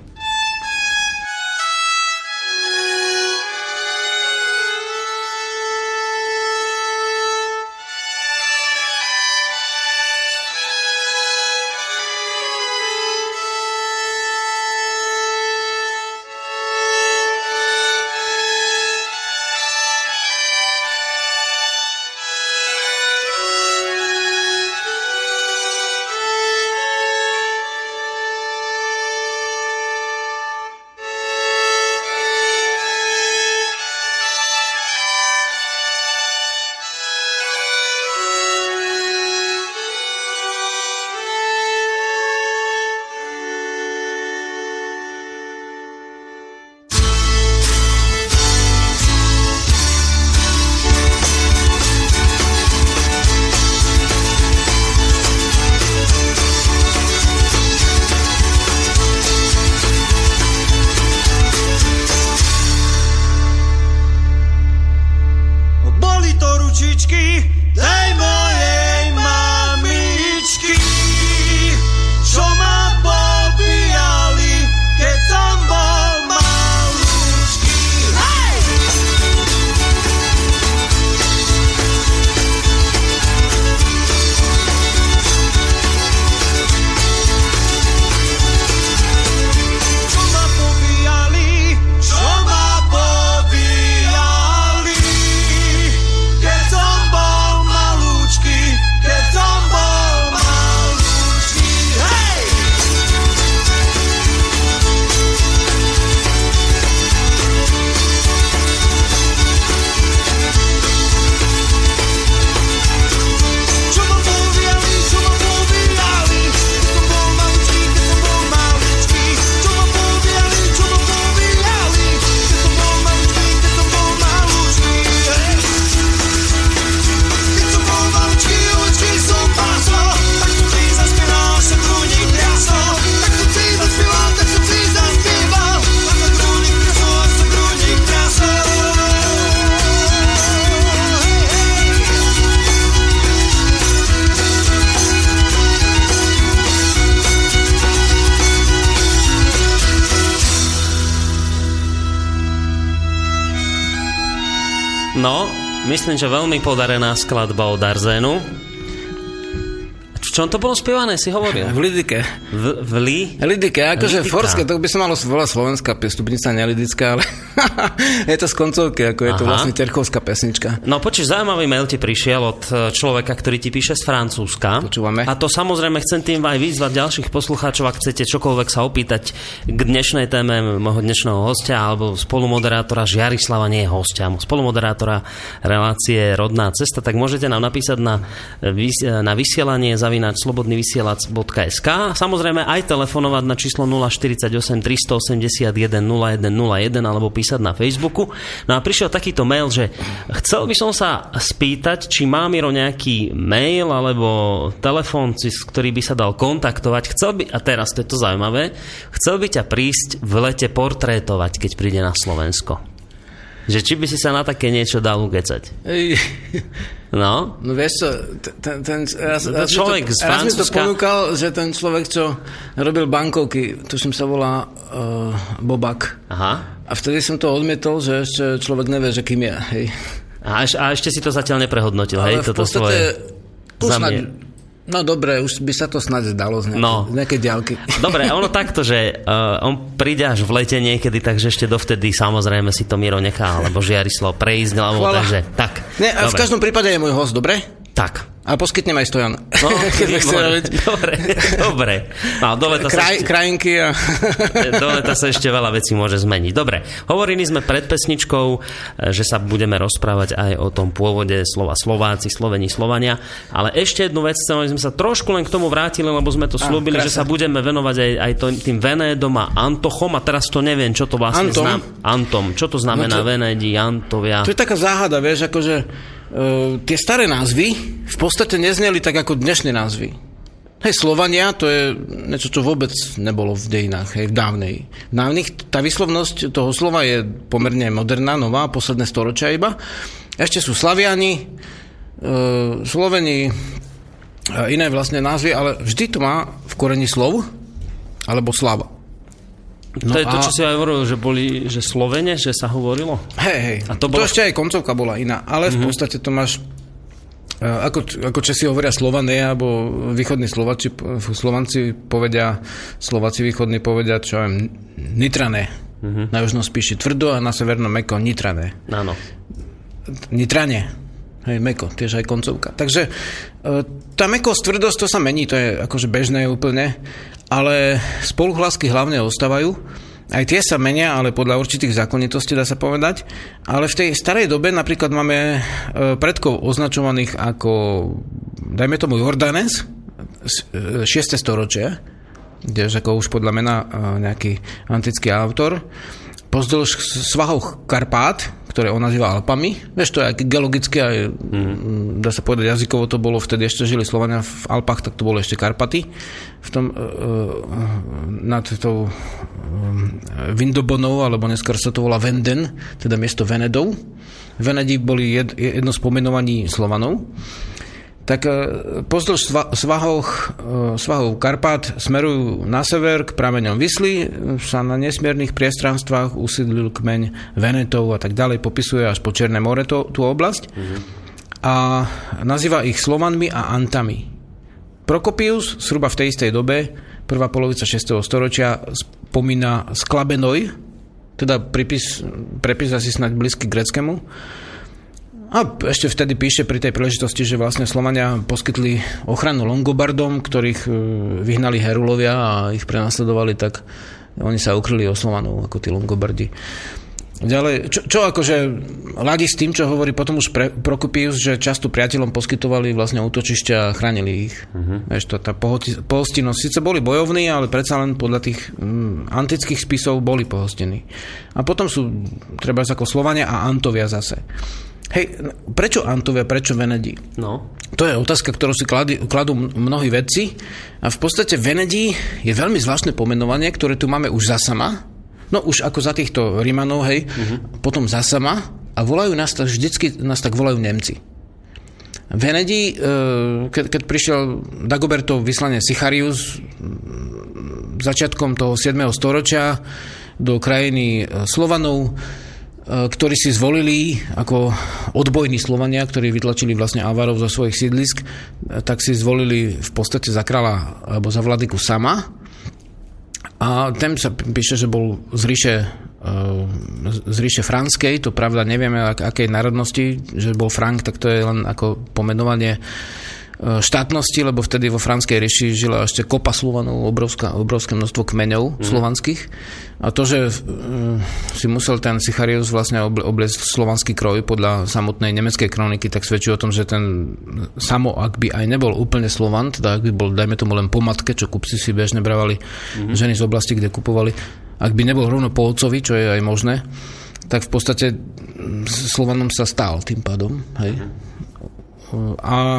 No, myslím, že veľmi podarená skladba od Arzénu. V čom to bolo spievané, si hovoril? V Lidike. V, v Li? Lidike, akože Forské, to by sa malo volať slovenská stupnica, nelidická, ale je to z koncovky, ako je Aha. to vlastne terchovská pesnička. No počuť, zaujímavý mail ti prišiel od človeka, ktorý ti píše z Francúzska. Počúvame. A to samozrejme chcem tým aj vyzvať ďalších poslucháčov, ak chcete čokoľvek sa opýtať k dnešnej téme môjho dnešného hostia alebo spolumoderátora Žiarislava, nie je hostia, spolumoderátora relácie Rodná cesta, tak môžete nám napísať na, na vysielanie zavináč zavináč slobodnyvysielac bodka es ká. Samozrejme aj telefonovať na číslo nula štyridsaťosem tristoosemdesiatjeden nula jeden nula jeden alebo písať na Facebooku. No a prišiel takýto mail, že chcel by som sa spýtať, či má Miro nejaký mail alebo telefón, s ktorý by sa dal kontaktovať. Chcel by, a teraz to je to zaujímavé, chcel by ťa prísť v lete portrétovať, keď príde na Slovensko. Že či by si sa na také niečo dal ugecať? No? No vieš čo, ten, ten, raz, raz, človek to, z raz mi to Francúzska... ponúkal, že ten človek, čo robil bankovky, tuším sa volá uh, Bobak. Aha. A vtedy som to odmietol, že ešte človek nevie, že kým je. Hej. A, eš, a ešte si to zatiaľ neprehodnotil, ale hej? Toto svoje... Usnad... No dobre, už by sa to snáď zdalo z nejaké, no. nejaké diaľky. Dobre, a ono takto, že uh, on príde až v lete niekedy, takže ešte dovtedy samozrejme si to Miro nechá, alebo Žiarislav prejsť, alebo takže, tak. Nie, a v každom prípade je môj host, dobre? Tak. A poskytnem aj stojan. No, dobre, dobre. No, do leta Kraj, ešte, krajinky a... do leta sa ešte veľa vecí môže zmeniť. Dobre, hovorili sme pred pesničkou, že sa budeme rozprávať aj o tom pôvode slova Slováci, Sloveni, Slovania, ale ešte jednu vec, chcem, aby sme sa trošku len k tomu vrátili, lebo sme to slúbili, že sa budeme venovať aj, aj tým Venédom a Antochom, a teraz to neviem, čo to vlastne znamená. Antom. Čo to znamená no to, Venédi, Antovia? To je taká záhada, vieš, akože Uh, tie staré názvy v podstate nezneli tak ako dnešné názvy. Hej, Slovania, to je niečo, čo vôbec nebolo v dejinách, hej, v dávnej. V dávnych tá výslovnosť toho slova je pomerne moderná, nová, posledné storočia iba. Ešte sú Slaviani, uh, Sloveni, uh, iné vlastne názvy, ale vždy to má v koreni slov, alebo slava. No to je to, čo si aj hovoril, že boli, že Slovene, že sa hovorilo? Hej, hej. A to, bolo... to ešte aj koncovka bola iná, ale mm-hmm. v podstate to máš, ako, ako Česi hovoria Slované, alebo východní Slováci, Slovanci povedia, Slováci východní povedia, čo aj Nitrané. Mm-hmm. Na južnom spíši tvrdo a na severnom meko Nitrané. Áno. Nitrane. Hej, meko, tiež aj koncovka. Takže tá mekosť, tvrdosť, to sa mení, to je akože bežné úplne, ale spoluhlásky hlavne ostávajú. Aj tie sa menia, ale podľa určitých zákonitostí dá sa povedať. Ale v tej starej dobe napríklad máme predkov označovaných ako, dajme tomu Jordanes, šieste storočie, kdež ako už podľa mena nejaký antický autor, pozdĺž svahov Karpát, ktoré on nazýva Alpami. Vieš, to je geologicky aj, mm. dá sa povedať, jazykovo to bolo, vtedy ešte žili Slovania v Alpách, tak to bolo ešte Karpaty. V tom, uh, nad tou uh, Vindobonou, alebo neskôr sa to volá Venden, teda miesto Venedov. Venedi boli jed, jedno z pomenovaní Slovanov. Tak pozdĺž svahov, svahov Karpát smerujú na sever k prameňom Visly, sa na nesmiernych priestranstvách usídlil kmeň Venetov a tak ďalej, popisuje až po Černé more to, tú oblasť mm-hmm. a nazýva ich Slovanmi a Antami. Prokopius, zhruba v tej istej dobe, prvá polovica šiesteho storočia, spomína Sklabenoj, teda pripis, prepis asi snáď blízky gréckemu. A ešte vtedy píše pri tej príležitosti, že vlastne Slovania poskytli ochranu Longobardom, ktorých vyhnali Herulovia a ich prenasledovali, tak oni sa ukryli o Slovanov, ako tí Longobardi. Ďalej, čo, čo akože ladí s tým, čo hovorí potom už pre, Prokopius, že často priateľom poskytovali vlastne útočišťa a chránili ich. Uh-huh. Vieš, to, tá pohostinnosť, síce boli bojovní, ale predsa len podľa tých um, antických spisov boli pohostení. A potom sú treba ako Slovania a Antovia zase. Hej, prečo Antovia, prečo Venedi? No. To je otázka, ktorú si kladú, kladú mnohí vedci. A v podstate Venedi je veľmi zvláštne pomenovanie, ktoré tu máme už za sama. No už ako za týchto Rimanov, hej. Uh-huh. Potom za sama. A volajú nás tak, vždycky nás tak volajú Nemci. Venedi, keď, keď prišiel Dagobertov vyslanie Sicharius začiatkom toho siedmeho storočia do krajiny Slovanov, ktorí si zvolili ako odbojní Slovania, ktorí vytlačili vlastne Avarov zo svojich sídlisk, tak si zvolili v podstate za kráľa alebo za vladyku Sama. A ten sa píše, že bol z ríše, z ríše franskej, to pravda nevieme akej národnosti, že bol Frank, tak to je len ako pomenovanie štátnosti, lebo vtedy vo Franskej ríši žila ešte kopa Slovanov, obrovská, obrovské množstvo kmeňov mm. slovanských. A to, že si musel ten Sicharius vlastne obliecť slovanský kroj podľa samotnej nemeckej kroniky, tak svedčí o tom, že ten Samo, ak by aj nebol úplne Slovan, teda ak by bol, dajme tomu len po matke, čo kupci si bežne brávali mm. ženy z oblasti, kde kupovali, ak by nebol rovno po otcovi, čo je aj možné, tak v podstate Slovanom sa stal tým pádom. Hej. Mm. A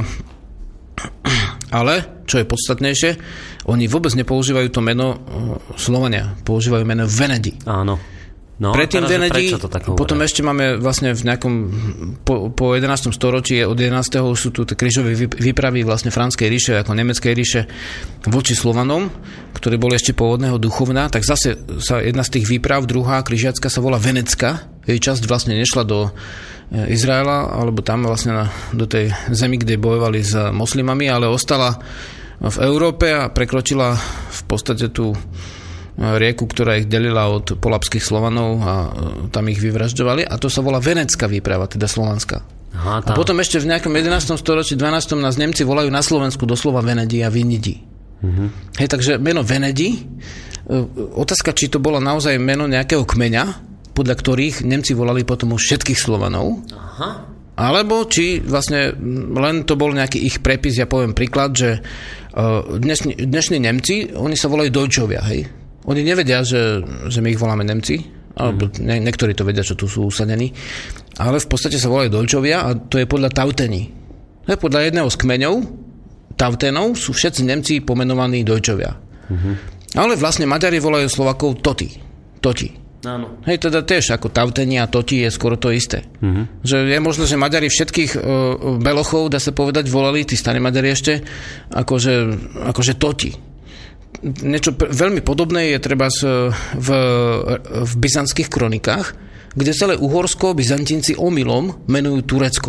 ale, čo je podstatnejšie, oni vôbec nepoužívajú to meno Slovania, používajú meno Venedi. Áno. No, Predtým Venedi, potom ešte máme vlastne v nejakom, po, po jedenástom storočí, od jedenásteho sú tu krížové výpravy vlastne Franskej ríše ako Nemeckej ríše voči Slovanom, ktorí boli ešte pôvodného duchovna, tak zase sa jedna z tých výprav, druhá križiacka sa volá Venecka, jej časť vlastne nešla do Izraela, alebo tam vlastne na, do tej zemi, kde bojovali s moslimami, ale ostala v Európe a prekročila v podstate tú rieku, ktorá ich delila od polabských Slovanov a tam ich vyvražďovali a to sa volá Venecká výprava, teda slovanská. Aha, a potom ešte v nejakom jedenástom storočí, dvanástom nás Nemci volajú na Slovensku doslova Venedi a Vinidi. Uh-huh. Hej, takže meno Venedi, otázka, či to bolo naozaj meno nejakého kmeňa, podľa ktorých Nemci volali potom už všetkých Slovanov. Aha. Alebo či vlastne len to bol nejaký ich prepis, ja poviem príklad, že dnešní, dnešní Nemci, oni sa volajú Dojčovia, hej. Oni nevedia, že, že my ich voláme Nemci, alebo nie, niektorí to vedia, čo tu sú usadení, ale v podstate sa volajú Dojčovia a to je podľa Tautení. Hej, podľa jedného z kmeňov, Tautenov, sú všetci Nemci pomenovaní Dojčovia. Uh-huh. Ale vlastne Maďari volajú Slovakov Toti. Toti. Áno. Hej, teda tiež ako Tauteni a Toti je skoro to isté. Uh-huh. Že je možné, že Maďari všetkých uh, belochov, dá sa povedať, volali, tí starí Maďari ešte, akože, akože Toti. Niečo p- veľmi podobné je treba z, v, v byzantských kronikách, kde celé Uhorsko Byzantinci omylom menujú Turecko.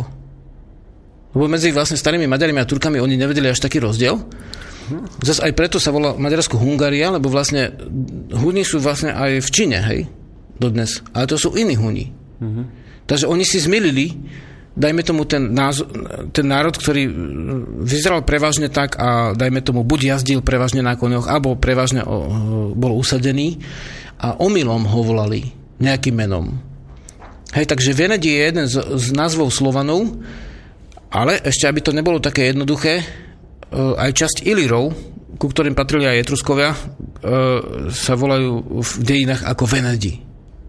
Lebo medzi vlastne starými Maďarmi a Turkami oni nevedeli až taký rozdiel. Zas aj preto sa volá Maďarsko-Hungaria, lebo vlastne Huni sú vlastne aj v Číne, hej? Dodnes. Ale to sú iní Huni. Uh-huh. Takže oni si zmýlili, dajme tomu ten, názor, ten národ, ktorý vyzeral prevažne tak a dajme tomu buď jazdil prevažne na koňoch, alebo prevažne o, bol usadený a omylom ho volali nejakým menom. Hej, takže Venedi je jeden z, z názvov Slovanov, ale ešte, aby to nebolo také jednoduché, aj časť Ilírov, ku ktorým patrili aj Etruskovia, sa volajú v dejinách ako Venedi.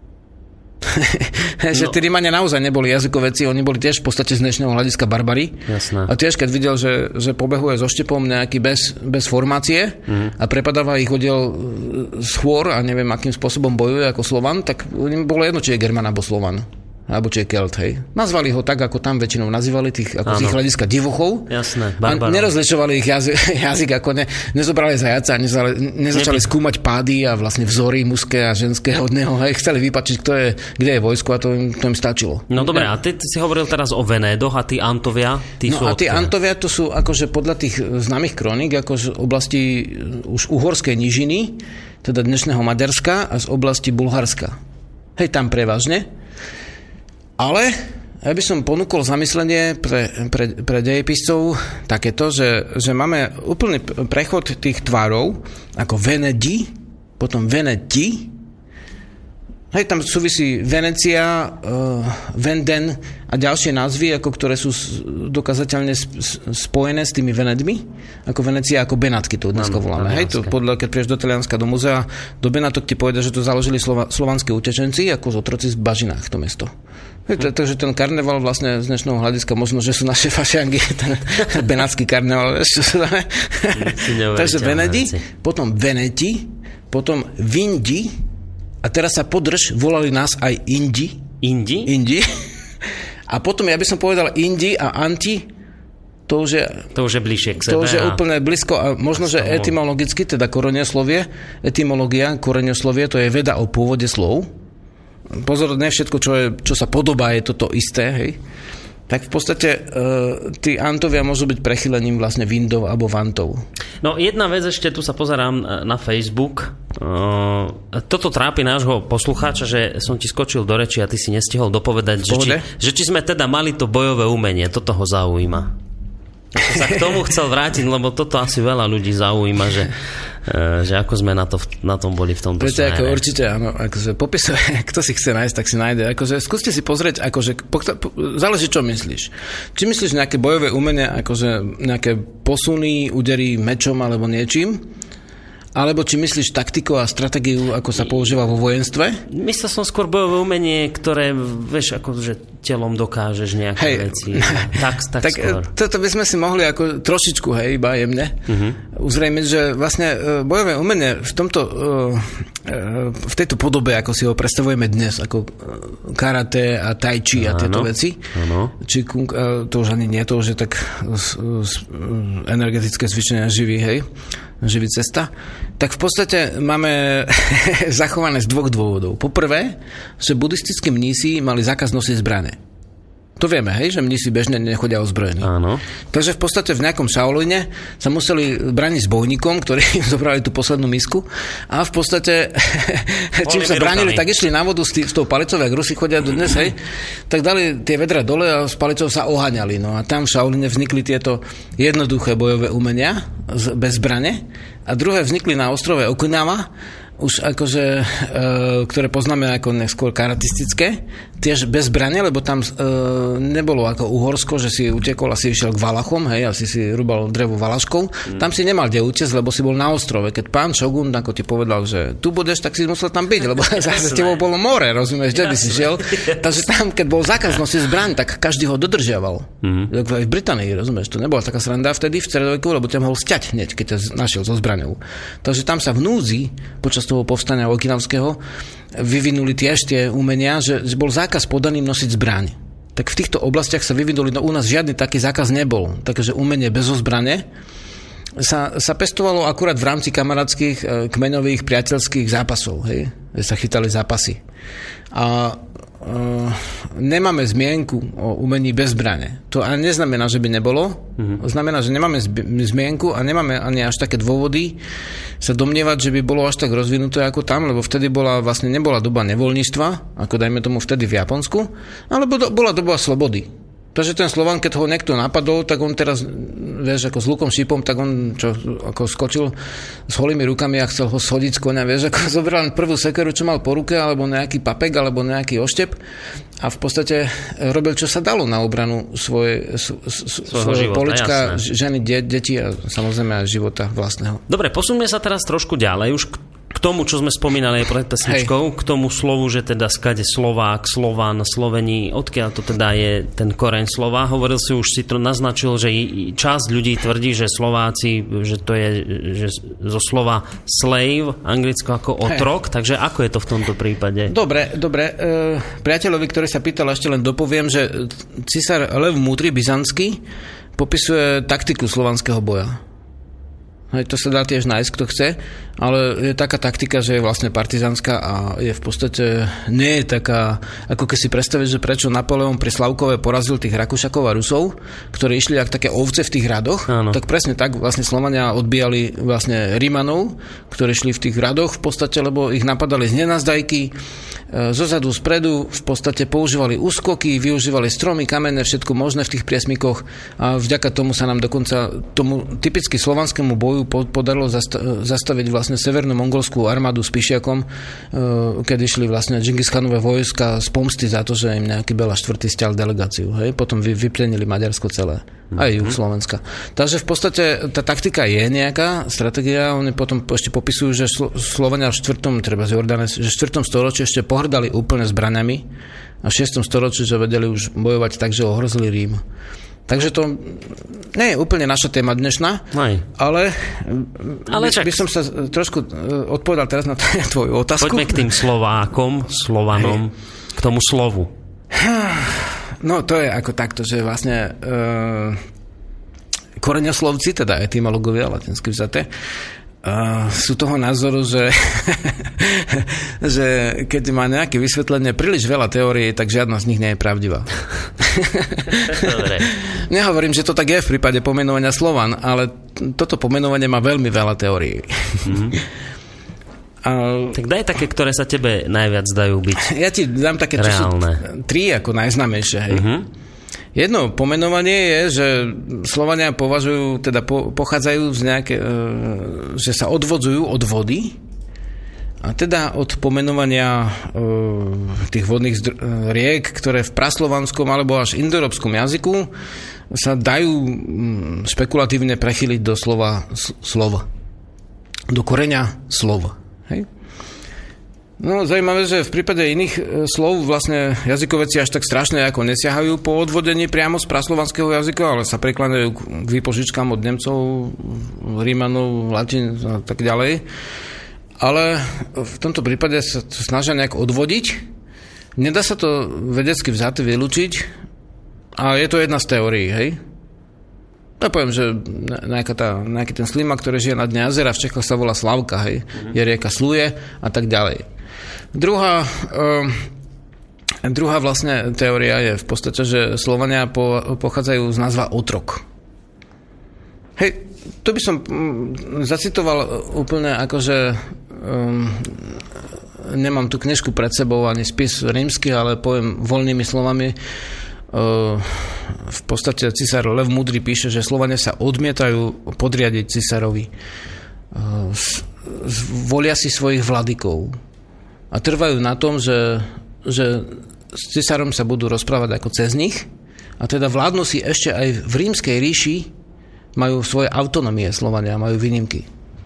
Že no. Tí Rímania naozaj neboli jazykovéci, oni boli tiež v podstate z dnešného hľadiska barbary. Jasné. A tiež, keď videl, že, že pobehuje so štepom nejaký bez, bez formácie mm. a prepadáva ich oddiel z chôr a neviem, akým spôsobom bojuje ako Slovan, tak im bolo jedno, či je German alebo Slovan. Alebo či je Kelt, hej. Nazvali ho tak, ako tam väčšinou nazývali tých, ako z ich hľadiska divochov. Jasné, barbarov. A nerozlišovali ich jazyk, jazyk ako ne, nezobrali zajaca a nezali, nezačali Neby. skúmať pády a vlastne vzory mužské a ženské od neho. Hej. Chceli vypačiť, kto je, kde je vojsko a to im, to im stačilo. No dobre, a ty, ty si hovoril teraz o Venédoch a tí Antovia, tí no sú... No a tí Antovia to sú akože podľa tých známych kroník, ako z oblasti už uhorskej nížiny, teda dnešného Maďarska a z oblasti Bulharska. Hej, tam prevažne. Ale ja by som ponúkol zamyslenie pre, pre, pre dejepiscov takéto, že, že máme úplný prechod tých tvárov ako Venedi, potom Veneti, hej, tam súvisí Venecia, uh, Venden a ďalšie názvy, ako ktoré sú dokazateľne spojené s tými Venedmi, ako Venecia, ako Benátky to dneska voláme. Hej, to podľa, keď prieš do Talianska, do muzea, do Benátok ti povedia, že to založili slova, slovanskí utečenci, ako z otroci z Bažinách, to mesto. Hej, takže ten karneval vlastne z dnešného hľadiska, možno, že sú naše fašiangy, ten benátsky karneval, čo sú dáme. Takže Venedi, potom Veneti, potom Vindi, a teraz sa podrž, volali nás aj Indi. Indi? Indi. A potom ja by som povedal Indi a Anti, to už je... To už je bližšie k sebe. To už je a... úplne blízko a možno, že etymologicky, teda koreňoslovie, etymológia, koreňoslovie, to je veda o pôvode slov. Pozor, ne všetko, čo, je, čo sa podobá, je toto isté, hej. Tak v podstate uh, tí Antovia môžu byť prechylením vlastne Vindov alebo Vantov. No jedna vec ešte, tu sa pozerám na Facebook. Uh, toto trápi nášho poslucháča, že som ti skočil do reči a ty si nestihol dopovedať, že či, že či sme teda mali to bojové umenie. Toto ho zaujíma. sa k tomu chcel vrátiť, lebo toto asi veľa ľudí zaujíma, že, že ako sme na, to, na tom boli v tomto smere. Ako určite, áno, akože popisuje, kto si chce nájsť, tak si nájde. Akože skúste si pozrieť, akože, po, po, záleží, čo myslíš. Či myslíš nejaké bojové umenia, akože nejaké posuny, údery mečom alebo niečím, alebo či myslíš taktiku a stratégiu, ako sa používa vo vojenstve? Myslel som skôr bojové umenie, ktoré, vieš, ako že telom dokážeš nejaké hej. veci. Tak, tak, tak skôr. Toto by sme si mohli ako trošičku, hej, iba jemne, uh-huh. uzrejmiť, že vlastne bojové umenie v tomto, v tejto podobe, ako si ho predstavujeme dnes, ako karate a tai chi a tieto ano. veci, ano. či kung, to už ani nie to, že tak energetické cvičenia živí, hej, živý cesta, tak v podstate máme zachované z dvoch dôvodov. Poprvé, že buddhistickí mnísi mali zákaz nosiť zbrane. To vieme, hej, že mnísi bežne nechodia ozbrojení. Áno. Takže v podstate v nejakom Shaolíne sa museli braniť s bojníkom, ktorí im zobrali tú poslednú misku a v podstate čím sa bránili, tak išli na vodu s, tý, s tou palicou, jak Rusi chodia do dnes, hej, tak dali tie vedra dole a s palicou sa oháňali. No a tam v Shaolíne vznikli tieto jednoduché bojové umenia bez zbrane a druhé vznikli na ostrove Okinawa, už akože, e, ktoré poznáme ako skôr karatistické, tiež bez zbrane, lebo tam e, nebolo ako Uhorsko, že si utekol a si išiel k Valachom, hej, asi si rúbal drevo valaškou. Mm. Tam si nemal kde utiecť, lebo si bol na ostrove. Keď pán Šogun ako ti povedal, že tu budeš, tak si musel tam byť, lebo zase s tebou bolo more, rozumieš, kde by si šiel. Takže tam, keď bol zákaz nosiť zbraň, tak každý ho dodržiaval. Mm. Aj v Británii, rozumieš, to nebola taká sranda vtedy v stredoveku, lebo ťa mohol sťať hneď, keď ťa našiel so zbraňou. Takže tam sa v núdzi počas toho povstania okinavského vyvinuli tiež tie umenia, že, že bol zákaz podaným nosiť zbraň. Tak v týchto oblastiach sa vyvinuli, no u nás žiadny taký zákaz nebol. Takže umenie bez zbrane sa, sa pestovalo akurát v rámci kamarátskych, kmeňových, priateľských zápasov, hej, že sa chytali zápasy. A Uh, nemáme zmienku o umení bez zbrane. To ani neznamená, že by nebolo. Mm-hmm. Znamená, že nemáme zmienku a nemáme ani až také dôvody sa domnievať, že by bolo až tak rozvinuté ako tam, lebo vtedy bola vlastne nebola doba nevoľníctva, ako dajme tomu vtedy v Japonsku, ale bola doba slobody. Takže ten Slovan, keď ho niekto napadol, tak on teraz, vieš, ako s lukom šípom, tak on čo, ako skočil s holými rukami a chcel ho schodiť z koňa, vieš, ako zobral prvú sekeru, čo mal po ruke, alebo nejaký papek, alebo nejaký oštep a v podstate robil, čo sa dalo na obranu svoje, svoje polička, ženy, de, deti a samozrejme aj života vlastného. Dobre, posuňme sa teraz trošku ďalej, už k tomu, čo sme spomínali pred pesničkou, k tomu slovu, že teda skade Slovák, Slovan, Slovení, odkiaľ to teda je ten koreň slova. Hovoril si, už si to naznačil, že časť ľudí tvrdí, že Slováci, že to je že zo slova slave, anglicko ako otrok, Hej. takže ako je to v tomto prípade? Dobre, dobre. E, priateľovi, ktorý sa pýtal, ešte len dopoviem, že císar Lev Múdry, byzantský, popisuje taktiku slovanského boja. Hej, to sa dá tiež nájsť, kto chce, ale je taká taktika, že je vlastne partizánska a je v podstate, nie je taká, ako keď si predstavíš, že prečo Napoleon pri Slavkove porazil tých Rakúšakov a Rusov, ktorí išli ako také ovce v tých radoch, Áno. tak presne tak vlastne Slovania odbíjali vlastne Rimanov, ktorí šli v tých radoch v podstate, lebo ich napadali z nenazdajky, zozadu, spredu, v podstate používali úskoky, využívali stromy, kamene, všetko možné v tých priesmykoch a vďaka tomu sa nám dokonca tomu typicky slovanskému boju podarilo zastaviť vlastne severnú mongolskú armádu s Pišiakom, keď išli vlastne Džingischanové vojska z pomsty za to, že im nejaký Bela štvrtý stiaľ delegáciu. Hej? Potom vyplenili Maďarsko celé. Aj juh Slovenska. Takže v podstate tá taktika je nejaká stratégia. Oni potom ešte popisujú, že Slovania v štvrtom, treba z Jordane, že v štvrtom storočí ešte pohrdali úplne zbraňami a v šiestom storočí, že vedeli už bojovať tak, že ohrozili Rím. Takže to nie je úplne naša téma dnešná, Aj. ale, ale by, by som sa trošku odpovedal teraz na tvoju otázku. Poďme k tým Slovákom, Slovanom, Hej. k tomu slovu. No to je ako takto, že vlastne e, koreňoslovci, teda etymológovia latinsky vzaté, Uh, sú toho názoru, že, že keď má nejaké vysvetlenie príliš veľa teórií, tak žiadna z nich nie je pravdivá. Dobre. Nehovorím, že to tak je v prípade pomenovania Slovan, ale toto pomenovanie má veľmi veľa teórií. Mm-hmm. Uh, tak daj také, ktoré sa tebe najviac dajú byť Ja ti dám také, čo sú tri ako najznámejšie. Hej. Uh-huh. Jedno pomenovanie je, že Slovania považujú, teda po, pochádzajú z nejaké, e, že sa odvodzujú od vody, a teda od pomenovania e, tých vodných zdr- riek, ktoré v praslovanskom alebo až indoeurópskom jazyku sa dajú špekulatívne prechyliť do slova slova. Do koreňa slova. Hej? No, zaujímavé, že v prípade iných e, slov vlastne jazykovedci až tak strašne ako nesiahajú po odvodení priamo z praslovanského jazyka, ale sa prekladajú k výpožičkám od Nemcov, Rímanov, Latín a tak ďalej. Ale v tomto prípade sa to snažia nejak odvodiť. Nedá sa to vedecky vzaté vylúčiť, a je to jedna z teórií, hej? Ja poviem, že nejaká tá, nejaký ten slimak, ktorý žije na dne jazera, v Čechách sa volá Slavka, hej? Mm-hmm. Je rieka Sluje a tak ďalej. Druhá, uh, druhá vlastne teória je v podstate, že Slovania po, pochádzajú z názva otrok. Hej, to by som um, zacitoval úplne akože um, nemám tu knižku pred sebou ani spis rímsky, ale poviem voľnými slovami. Uh, v podstate cisár Lev Múdry píše, že Slovania sa odmietajú podriadiť cisárovi. Uh, volia si svojich vladykov. A trvajú na tom, že, že s cisárom sa budú rozprávať ako cez nich, a teda vládnu si ešte aj v rímskej ríši, majú svoje autonómie Slovania, majú výnimky.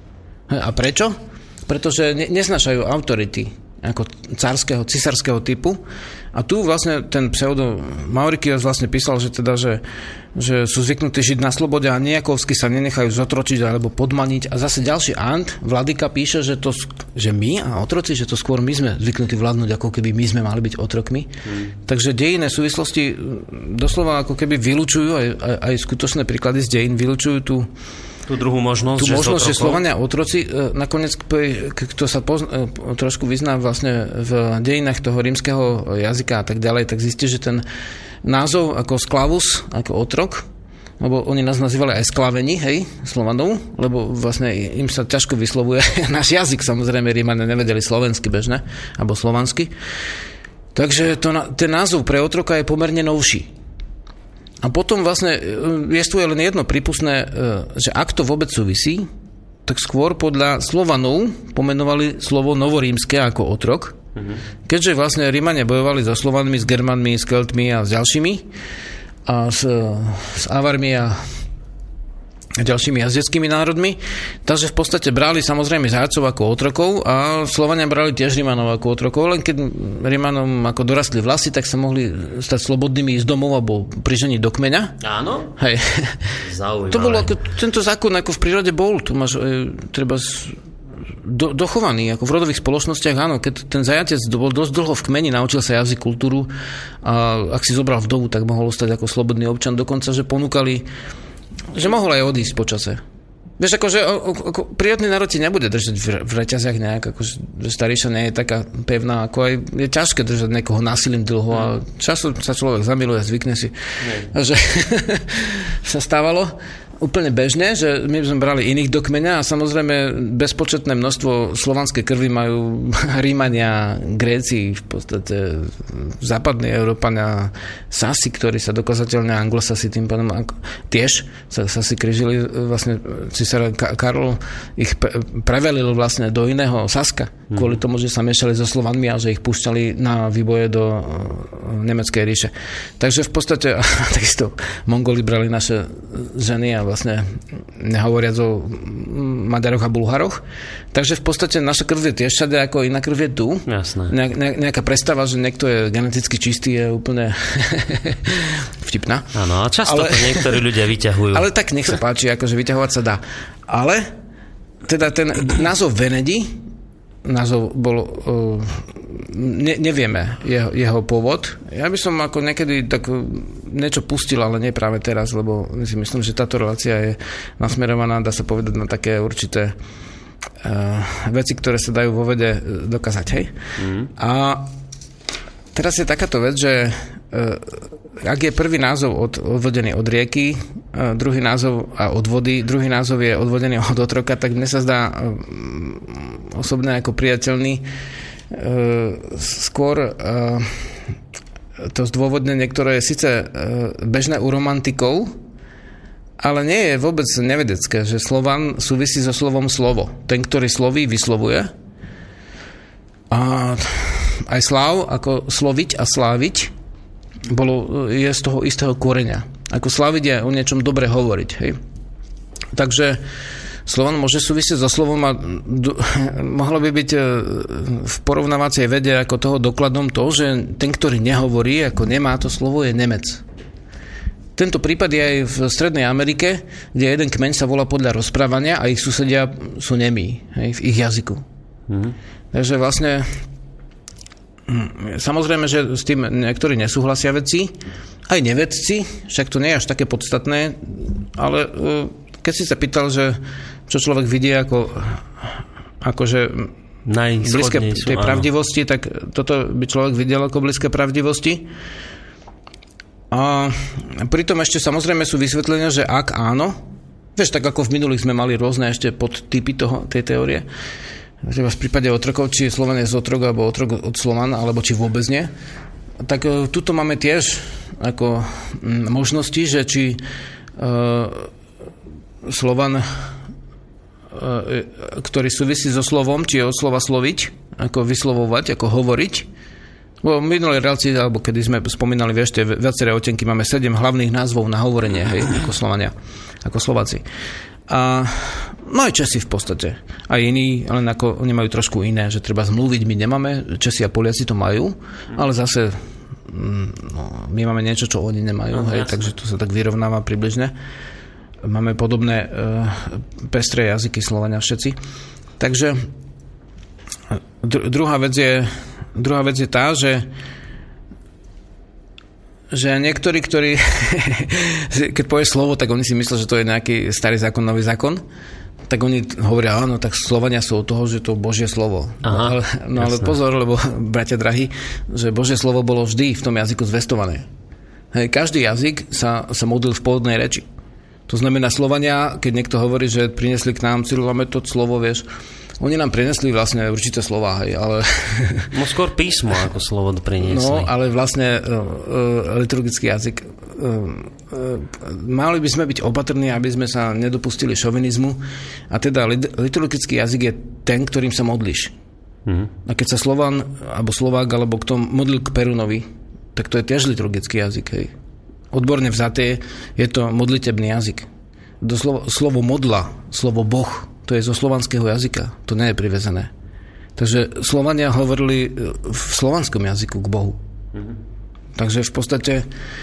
A prečo? Pretože ne, neznášajú autority ako cárskeho, cisárskeho typu. A tu vlastne ten pseudo Maurikios vlastne písal, že teda, že, že sú zvyknutí žiť na slobode a nejakovsky sa nenechajú zotročiť alebo podmaniť. A zase ďalší Ant, vladyka, píše, že, to, že my a otroci, že to skôr my sme zvyknutí vládnuť, ako keby my sme mali byť otrokmi. Hmm. Takže dejinné súvislosti doslova ako keby vylúčujú, aj, aj, aj skutočné príklady z dejín vylúčujú tú tú druhú možnosť, tú že, možnosť, že Slovania otroci, nakoniec kto sa pozna, trošku vyzná vlastne v dejinách toho rímskeho jazyka a tak ďalej, tak zistí, že ten názov ako sklavus, ako otrok, lebo oni nás nazývali aj sklaveni, hej, Slovanov, lebo vlastne im sa ťažko vyslovuje náš jazyk, samozrejme Rímane nevedeli slovensky bežne, alebo slovansky. Takže to, ten názov pre otroka je pomerne novší. A potom vlastne je tu len jedno prípustné, že ak to vôbec súvisí, tak skôr podľa Slovanov pomenovali slovo novorímske ako otrok, mm-hmm. keďže vlastne Rímania bojovali so Slovanmi, s Germanmi, s Keltmi a s ďalšími, a s, s Avarmi a ďalšími jazdeckými národmi. Takže v podstate brali samozrejme zajacov ako otrokov a Slovania brali tiež Rimanov ako otrokov, len keď Rimanom ako dorastli vlasy, tak sa mohli stať slobodnými ísť domov alebo priženiť do kmeňa. Áno? Hej. Zaujímavé. To bolo ako, tento zákon ako v prírode bol. Tu máš e, treba do, dochovaný, ako v rodových spoločnostiach, áno, keď ten zajatec bol dosť dlho v kmeni, naučil sa jazyk, kultúru a ak si zobral vdovu, tak mohol stať ako slobodný občan, dokonca, že ponúkali, že mohol aj odísť počase. Vieš, akože ako, prírodný národ ti nebude držať v, v reťaziach nejak, akože, že starejšia nie je taká pevná, ako aj je ťažké držať niekoho násilím dlho a času sa človek zamiluje, zvykne si. A že sa stávalo úplne bežne, že my sme brali iných do kmeňa a samozrejme bezpočetné množstvo slovanskej krvi majú Rímania, Gréci, v podstate západní Európania, Sasi, ktorí sa dokazateľne Anglosasi tým pádom tiež sa Sasi križili, vlastne cisár Karol ich prevelil vlastne do iného Saska, hmm. kvôli tomu, že sa miešali so Slovanmi a že ich púšťali na výboje do nemeckej ríše. Takže v podstate takisto Mongoli brali naše ženy a vlastne nehovoriac o Maďaroch a Bulharoch. Takže v podstate naša krv je tiež všade, ako iná krv je tu. Jasné. Ne, nejaká predstava, že niekto je geneticky čistý, je úplne vtipná. Áno, a často ale, to niektorí ľudia vyťahujú. Ale tak nech sa páči, akože vyťahovať sa dá. Ale teda ten názov Venedi, názov bol uh, ne, nevieme jeho, jeho pôvod. Ja by som ako niekedy tak niečo pustil, ale nie práve teraz, lebo si myslím, že táto relácia je nasmerovaná, dá sa povedať, na také určité uh, veci, ktoré sa dajú vo vede dokázať. Hej? Mm. A teraz je takáto vec, že uh, ak je prvý názov od, odvodený od rieky, uh, druhý názov a od vody, druhý názov je odvodený od otroka, tak mne sa zdá uh, osobne ako priateľný uh, skôr uh, to zdôvodnenie, ktoré je síce bežné u romantikov, ale nie je vôbec nevedecké, že Slovan súvisí so slovom slovo. Ten, ktorý sloví, vyslovuje. A aj slav, ako sloviť a sláviť, bolo, je z toho istého koreňa. Ako sláviť je o niečom dobre hovoriť. Hej? Takže Slovan môže súvisieť so slovom a do, mohlo by byť v porovnávacej vede ako toho dokladom to, že ten, ktorý nehovorí, ako nemá to slovo, je Nemec. Tento prípad je aj v Strednej Amerike, kde jeden kmeň sa volá podľa rozprávania a ich susedia sú nemí, hej, v ich jazyku. Mm. Takže vlastne samozrejme, že s tým niektorí nesúhlasia vedci, aj nevedci, však to nie je až také podstatné, ale keď si sa pýtal, že čo človek vidí ako akože blízke tej pravdivosti, tak toto by človek videl ako blízke pravdivosti. A pritom ešte samozrejme sú vysvetlenia, že ak áno, vieš, tak ako v minulých sme mali rôzne ešte podtypy toho, tej teórie, v prípade otrokov, či Slovan je z otrok, alebo otrok od Slovana, alebo či vôbec nie, tak tuto máme tiež ako možnosti, že či uh, Slovan, uh, ktorý súvisí so slovom, či je od slova sloviť, ako vyslovovať, ako hovoriť. Bo v minulej relácii, alebo kedy sme spomínali, vieš, tie viaceré otenky, máme sedem hlavných názvov na hovorenie, hej, ako Slovania, ako Slováci. A no aj Česi v podstate. A iní, len ako oni majú trošku iné, že treba zmluviť, my nemáme, Česi a Poliaci to majú, ale zase no, my máme niečo, čo oni nemajú, no, hej, takže to sa tak vyrovnáva približne. Máme podobné uh, pestré jazyky Slovania všetci. Takže dru- druhá vec je druhá vec je tá, že že niektorí, ktorí keď povie slovo, tak oni si myslia, že to je nejaký starý zákon, nový zákon, tak oni hovoria, áno, tak Slovania sú od toho, že to Božie slovo. Aha, ale, no ale pozor, lebo bratia drahí, že Božie slovo bolo vždy v tom jazyku zvestované. Hej, každý jazyk sa, sa modlil v pôvodnej reči. To znamená, Slovania, keď niekto hovorí, že priniesli k nám cyrilometod slovo, vieš, oni nám prinesli vlastne určité slová, hej, ale... No skôr písmo ako slovo priniesli. No, ale vlastne uh, uh, liturgický jazyk. Uh, uh, mali by sme byť opatrní, aby sme sa nedopustili šovinizmu. A teda lit- liturgický jazyk je ten, ktorým sa modlíš. Mm-hmm. A keď sa Slovan, alebo Slovák, alebo kto modlil k Perunovi, tak to je tiež liturgický jazyk, hej. Odborne vzaté je to modlitebný jazyk. Doslovo, slovo modla, slovo Boh, to je zo slovanského jazyka. To nie je privezené. Takže Slovania hovorili v slovanskom jazyku k Bohu. Mm-hmm. Takže v podstate,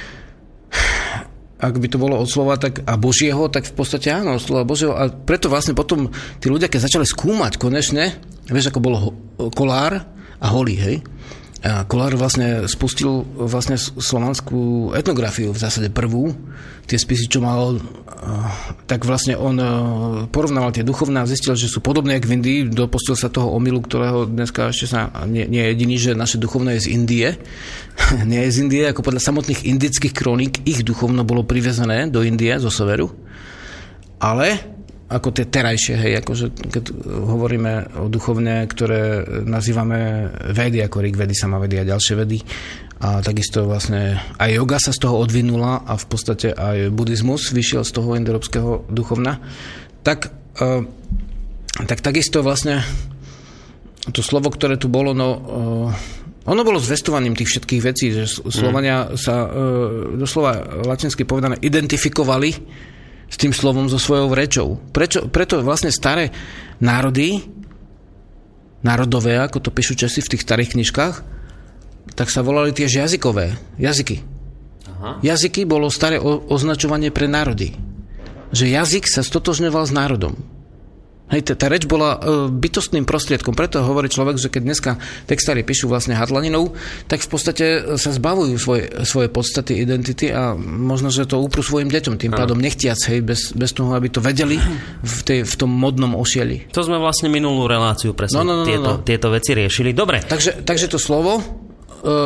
ak by to bolo od slova tak, a Božieho, tak v podstate áno, od slova Božieho. A preto vlastne potom tí ľudia, keď začali skúmať konečne, vieš, ako bolo Kolár a Holý, hej? A Kolár vlastne spustil vlastne slovanskú etnografiu, v zásade prvú. Tie spisy, čo mal, tak vlastne on porovnával tie duchovné a zistil, že sú podobné jak v Indii. Dopustil sa toho omylu, ktorého dneska ešte sa nie, nie je jediný, že naše duchovné je z Indie. Nie je z Indie, ako podľa samotných indických kroník ich duchovno bolo privezené do Indie, zo severu. Ale ako tie terajšie, hej, akože keď hovoríme o duchovne, ktoré nazývame vedy, ako Rig Vedy, Sama Vedy a ďalšie vedy. A takisto vlastne aj yoga sa z toho odvinula a v podstate aj buddhizmus vyšiel z toho indoeurópskeho duchovna. Tak, uh, tak takisto vlastne to slovo, ktoré tu bolo, no, uh, ono bolo zvestovaním tých všetkých vecí, že Slovania sa uh, doslova latinsky povedané identifikovali s tým slovom, so svojou rečou. Prečo, preto vlastne staré národy, národové, ako to píšu Česi v tých starých knižkách, tak sa volali tiež jazykové. Jazyky. Aha. Jazyky bolo staré o, označovanie pre národy. Že jazyk sa stotožňoval s národom. Hej, tá, tá reč bola e, bytostným prostriedkom. Preto hovorí človek, že keď dneska textári píšu vlastne hadlaninou, tak v podstate sa zbavujú svoje, svoje podstaty, identity a možno, že to uprú svojim deťom. Tým pádom nechtiac, hej, bez, bez toho, aby to vedeli v, tej, v tom modnom ošieli. To sme vlastne minulú reláciu presne no, no, no, tieto, no. tieto veci riešili. Dobre. Takže, takže to slovo e,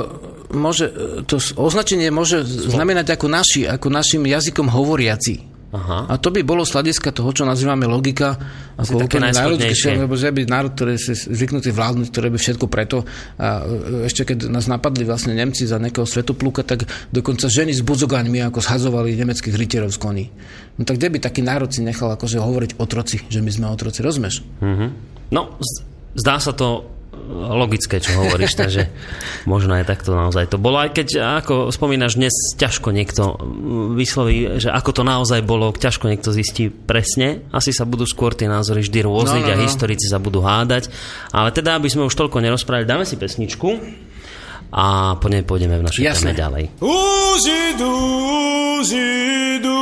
môže, to označenie môže znamenať ako, naši, ako našim jazykom hovoriaci. Aha. A to by bolo z hľadiska toho, čo nazývame logika, ako úplne najľudskejšie, lebo že by národ, ktorý si zvyknutý vládnuť, ktoré by všetko preto. A ešte keď nás napadli vlastne Nemci za nejakého svetopluka, tak dokonca ženy s buzogaňmi ako shazovali nemeckých rytierov z koní. No tak kde by taký národ si nechal akože hovoriť otroci, že my sme otroci, rozumieš? Mm-hmm. No, zdá sa to logické, čo hovoríš, takže možno aj takto naozaj to bolo. Aj keď, ako spomínaš, dnes ťažko niekto vysloví, že ako to naozaj bolo, ťažko niekto zistí presne. Asi sa budú skôr tie názory vždy rôzniť no, no, no. a historici sa budú hádať. Ale teda, aby sme už toľko nerozprávali, dáme si pesničku a po nej pôjdeme v našej téme ďalej. Už idú, už idú,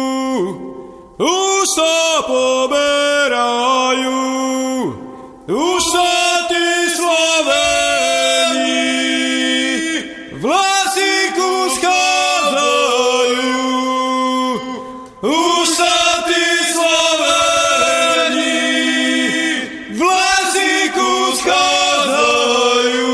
už sa poberajú, už sa tí Sloveni v Lasiku schádzajú. Už sa tí Sloveni v Lasiku schádzajú.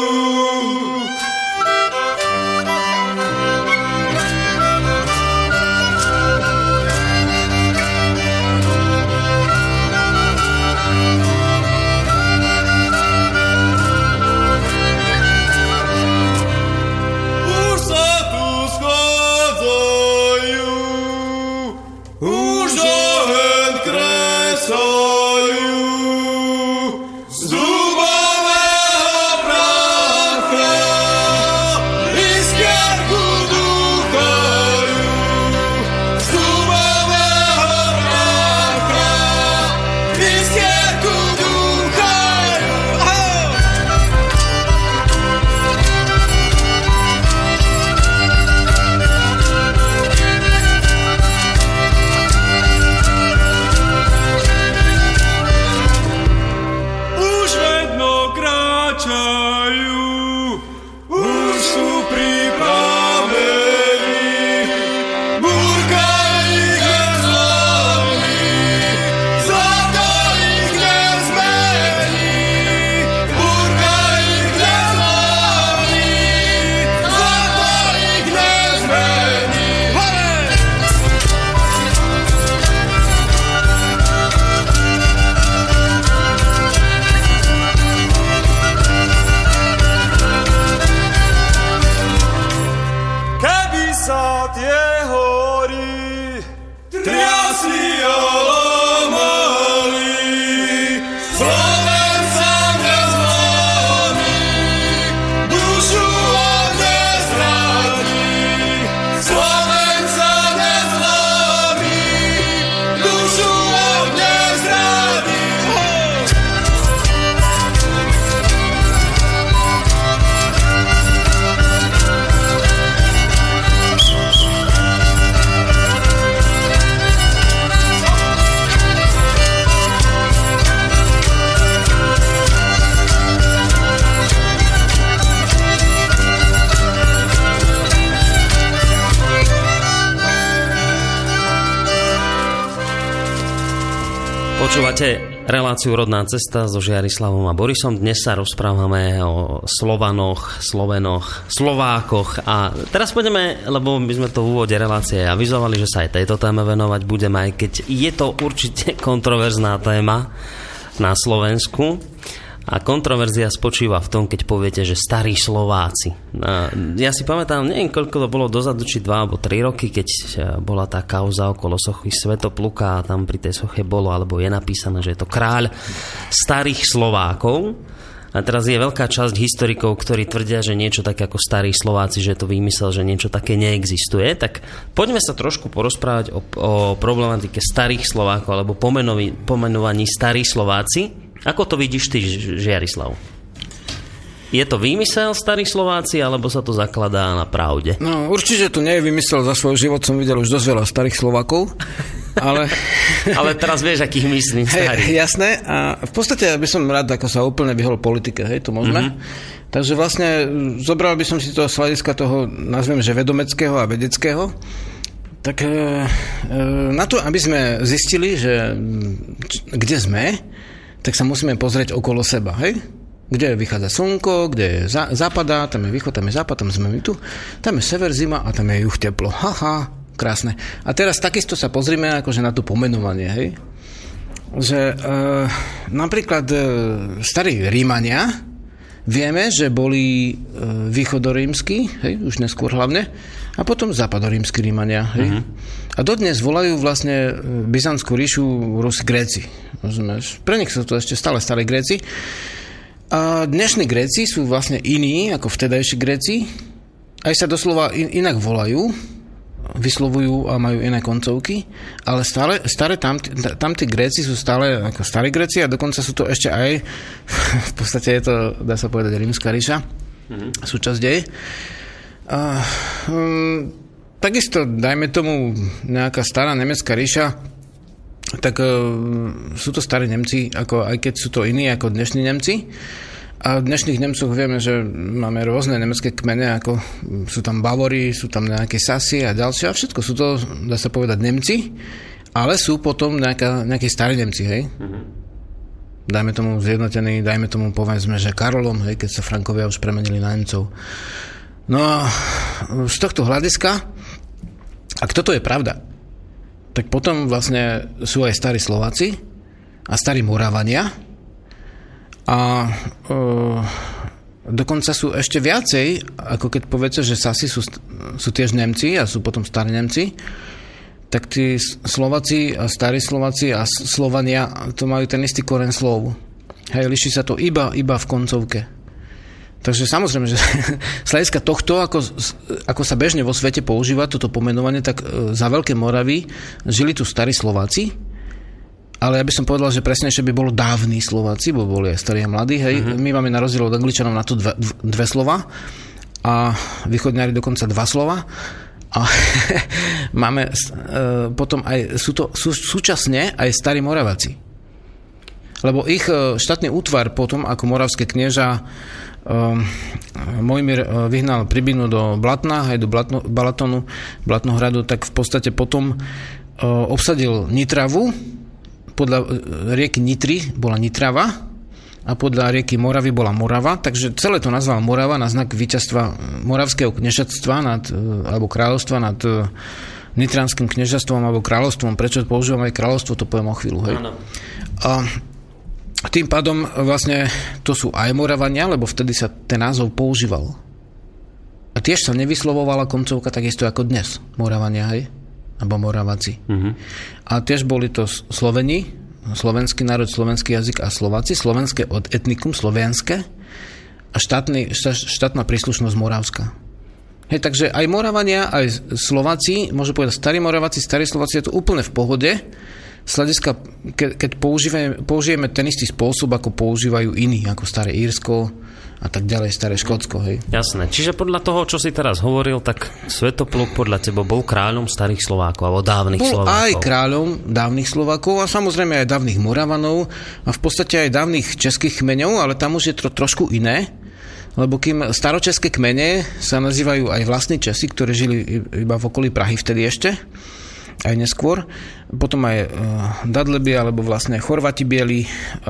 Počúvate reláciu Rodná cesta so Žiarislavom a Borisom. Dnes sa rozprávame o Slovanoch, Slovenoch, Slovákoch a teraz pôjdeme, lebo my sme to v úvode relácie avizovali, že sa aj tejto téme venovať budeme, aj keď je to určite kontroverzná téma na Slovensku. A kontroverzia spočíva v tom, keď poviete, že starí Slováci. Ja si pamätám, neviem, koľko to bolo dozadu, či dva alebo tri roky, keď bola tá kauza okolo sochy Svätopluka a tam pri tej soche bolo, alebo je napísané, že je to kráľ starých Slovákov. A teraz je veľká časť historikov, ktorí tvrdia, že niečo také ako starí Slováci, že je to výmysel, že niečo také neexistuje. Tak poďme sa trošku porozprávať o, o problematike starých Slovákov alebo pomenovi, pomenovaní starí Slováci. Ako to vidíš ty, Žiarislav? Je to výmysel starí Slováci, alebo sa to zakladá na pravde? No, určite to nie je výmysel. Za svoj život som videl už dosť veľa starých Slovákov. Ale, ale teraz vieš, akých myslím starých. Hej, jasné. A v podstate by som rád ako sa úplne vyhol politike. Hej, to môžeme. Mm-hmm. Takže vlastne zobral by som si to z hľadiska toho, nazviem, že vedomeckého a vedeckého. Tak e, na to, aby sme zistili, že kde sme, tak sa musíme pozrieť okolo seba, hej? Kde vychádza slnko, kde je zá, západa, tam je východ, tam je západ, tam sme my tu, tam je sever, zima a tam je juh, teplo. Haha, krásne. A teraz takisto sa pozrime akože na to pomenovanie, hej? Že e, napríklad e, starí Rímania, vieme, že boli e, východorímsky, hej, už neskôr hlavne, a potom západorímsky Rímania, hej. Uh-huh. A dodnes volajú vlastne Byzantskú ríšu Rusi Gréci. Rozumieš? Pre nich sú to ešte stále starí Gréci. A dnešní Gréci sú vlastne iní ako vtedajší Gréci. Aj sa doslova in, inak volajú, vyslovujú a majú iné koncovky, ale stále, stále tam, tam tí Gréci sú stále ako starí Gréci a dokonca sú to ešte aj v podstate je to, dá sa povedať, Rímska ríša. Mm-hmm. Súčasť deje. A, um, takisto, dajme tomu nejaká stará nemecká ríša, tak uh, sú to starí Nemci, ako, aj keď sú to iní ako dnešní Nemci. A v dnešných Nemcoch vieme, že máme rôzne nemecké kmene, ako sú tam Bavory, sú tam nejaké Sasy a ďalšie. A všetko sú to, dá sa povedať, Nemci, ale sú potom nejaká, nejaké starí Nemci, hej? Mm-hmm. Dajme tomu zjednotení, dajme tomu povedzme, že Karolom, hej, keď sa Frankovia už premenili na Nemcov. No a z tohto hľadiska, ak toto je pravda, tak potom vlastne sú aj starí Slováci a starí Moravania a e, dokonca sú ešte viacej, ako keď poviete, že Sasi sú, sú tiež Nemci a sú potom starí Nemci, tak tí Slováci a starí Slováci a Slovania to majú ten istý koreň slov. Hej, liší sa to iba, iba v koncovke. Takže samozrejme, že z hľadiska tohto, ako, ako sa bežne vo svete používa toto pomenovanie, tak za Veľké Moravy žili tu starí Slováci, ale ja by som povedal, že presnejšie by bolo dávni Slováci, bo boli aj starí a mladí. Hej. Uh-huh. My máme na rozdiel od Angličanov na to dve, dve slova a východňári dokonca dva slova. A máme e, potom aj, sú to sú, súčasne aj starí Moraváci. Lebo ich štátny útvar potom, ako moravské knieža Um, Mojmír uh, vyhnal Pribinu do Blatna, aj do Blatno, Balatonu, Blatnohradu, tak v podstate potom uh, obsadil Nitravu. Podľa uh, rieky Nitry bola Nitrava a podľa rieky Moravy bola Morava, takže celé to nazval Morava na znak víťazstva moravského kniežatstva nad, uh, alebo kráľovstva nad uh, nitranským kniežatstvom alebo kráľovstvom. Prečo používam aj kráľovstvo, to poviem o chvíľu. Hej. A tým pádom vlastne to sú aj Moravania, lebo vtedy sa ten názov používal. A tiež sa nevyslovovala koncovka takisto ako dnes. Moravania, hej? Alebo Moraváci. Mm-hmm. A tiež boli to Sloveni, slovenský národ, slovenský jazyk a Slováci, slovenské od etnikum, slovenské a štátny, štátna príslušnosť Moravská. Hej, takže aj Moravania, aj Slováci, môžem povedať starí Moraváci, starí Slováci, je to úplne v pohode. Z hľadiska, keď použijeme, použijeme ten istý spôsob, ako používajú iní, ako staré Írsko a tak ďalej, staré Škótsko, hej. Jasné. Čiže podľa toho, čo si teraz hovoril, tak Svetopluk podľa teba bol kráľom starých Slovákov, alebo dávnych bol Slovákov. Bol aj kráľom dávnych Slovákov a samozrejme aj dávnych Moravanov a v podstate aj dávnych českých kmeňov, ale tam už je to trošku iné, lebo kým staročeské kmene sa nazývajú aj vlastní Česi, ktorí žili iba v okolí Prahy vtedy ešte, aj neskôr. Potom aj uh, Dadlebi, alebo vlastne Chorvati bieli,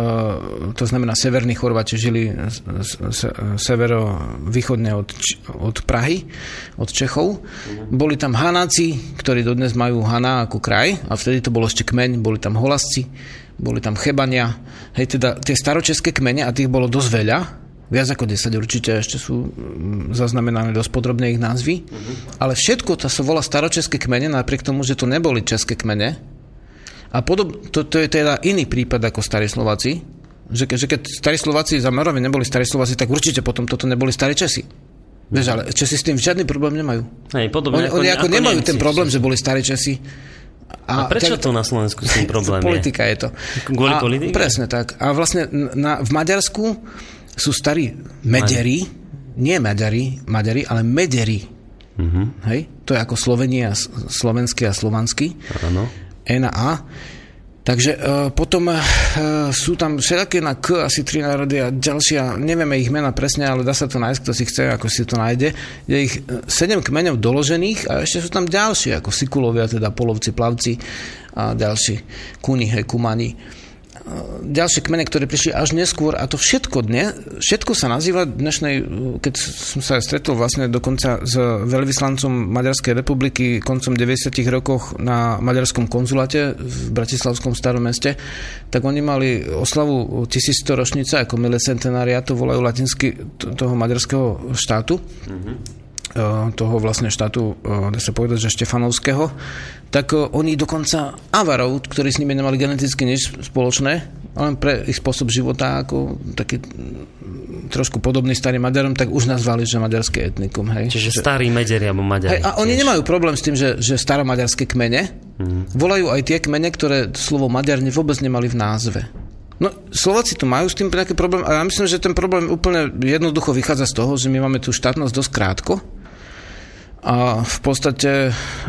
uh, to znamená severní Chorvati žili se, severo-východne od, od Prahy, od Čechov. Mm. Boli tam Hanáci, ktorí dodnes majú Haná ako kraj, a vtedy to bolo ešte kmeň, boli tam Holasci, boli tam Chebania. Hej, teda tie staročeské kmene, a tých bolo dosť veľa, viac ako desať určite, ešte sú zaznamenané dosť podrobné ich názvy. Uh-huh. Ale všetko to sa volá staročeské kmene, napriek tomu, že to neboli české kmene. A podob, to, to je teda iný prípad ako starí Slováci. Že, že keď starí Slováci za Moravy neboli starí Slováci, tak určite potom toto neboli starí Česi. Vieš, ale Česi s tým žiadny problém nemajú. Hej, podobne. Oni, oni ako, ako nemajú Nemci, ten problém, že boli starí Česi. A, a prečo tu na Slovensku s tým problém je? Politika je to. Kvôli politike? Presne tak. A vlastne na, v Maďarsku sú starí Mederi, nie Maďari, Maďari, ale Mederi. Uh-huh. Hej? To je ako Slovenia, slovenský a slovanský. Áno. E na A. Takže uh, potom uh, sú tam všetké na K, asi tri národy a ďalšia, nevieme ich mena presne, ale dá sa to nájsť, kto si chce, ako si to nájde. Je ich sedem kmeňov doložených a ešte sú tam ďalšie, ako Sikulovia, teda Polovci, Plavci a ďalší Kuni, hej, Kumani. ďalšie kmene, ktoré prišli až neskôr a to všetko dne, všetko sa nazýva dnešnej, keď som sa stretol vlastne dokonca s veľvyslancom Maďarskej republiky koncom deväťdesiatych rokoch na maďarskom konzuláte v bratislavskom Starom meste, tak oni mali oslavu tisícsto ročnice, ako milicentenária, to volajú latinsky toho maďarského štátu. Mm-hmm. toho vlastne štátu, dá sa povedať, že Štefanovského, tak oni dokonca Avarov, ktorí s nimi nemali geneticky nič spoločné, len pre ich spôsob života, ako taký trošku podobný starým Maďarom, tak už nazvali, že maďarské etnikum. Hej. Čiže starí Mederi alebo Maďari. Hej, a oni tiež nemajú problém s tým, že, že staromaďarské kmene mm. volajú aj tie kmene, ktoré slovo Maďarne vôbec nemali v názve. No, Slováci tu majú s tým nejaký problém a ja myslím, že ten problém úplne jednoducho vychádza z toho, že my máme tú štátnosť dosť krátko a v podstate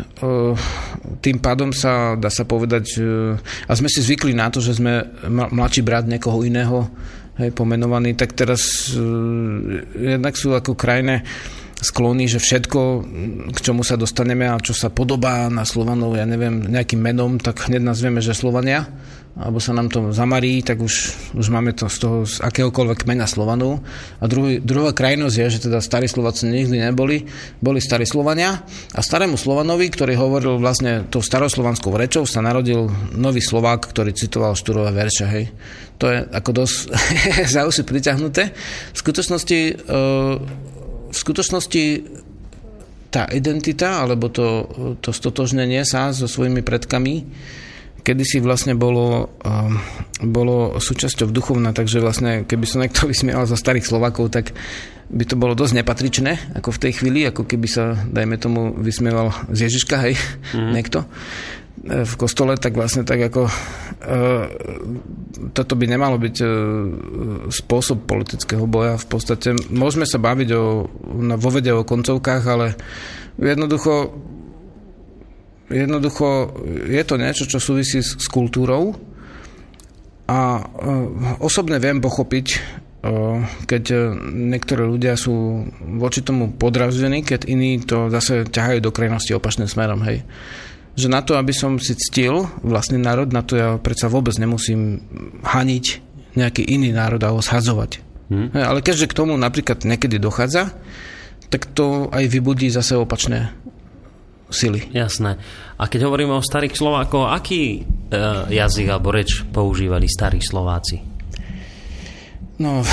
tým pádom sa, dá sa povedať, a sme si zvykli na to, že sme mladší brat niekoho iného, hej, pomenovaný, tak teraz jednak sú ako krajné sklony, že všetko, k čomu sa dostaneme a čo sa podobá na Slovanov, ja neviem, nejakým menom, tak hneď nazvieme, že Slovania, alebo sa nám to zamarí, tak už, už máme to z toho, z akéhokoľvek mena Slovanov. A druhý, druhá krajnosť je, že teda starí Slováci nikdy neboli, boli starí Slovania a starému Slovanovi, ktorý hovoril vlastne tou staroslovanskou rečou, sa narodil nový Slovák, ktorý citoval Štúrové verše, hej. To je ako dosť za uši priťahnuté. V skutočnosti v skutočnosti tá identita, alebo to, to stotožnenie sa so svojimi predkami kedysi vlastne bolo, um, bolo súčasťou duchovná, takže vlastne keby sa niekto vysmieval za starých Slovákov, tak by to bolo dosť nepatričné, ako v tej chvíli, ako keby sa, dajme tomu, vysmieval z Ježiška, hej, mm. niekto v kostole, tak vlastne tak ako uh, toto by nemalo byť uh, spôsob politického boja. V podstate môžeme sa baviť o, na, vo vede o koncovkách, ale jednoducho Jednoducho je to niečo, čo súvisí s, s kultúrou a e, osobne viem pochopiť, e, keď niektorí ľudia sú voči tomu podrazení, keď iní to zase ťahajú do krajnosti opačným smerom. Hej. Že na to, aby som si ctil vlastný národ, na to ja predsa vôbec nemusím haniť nejaký iný národ a ho shadzovať. Hmm. Hej, ale keďže k tomu napríklad niekedy dochádza, tak to aj vybudí zase opačné sily. Jasné. A keď hovoríme o starých Slovákoch, aký e, jazyk alebo reč používali starí Slováci? No,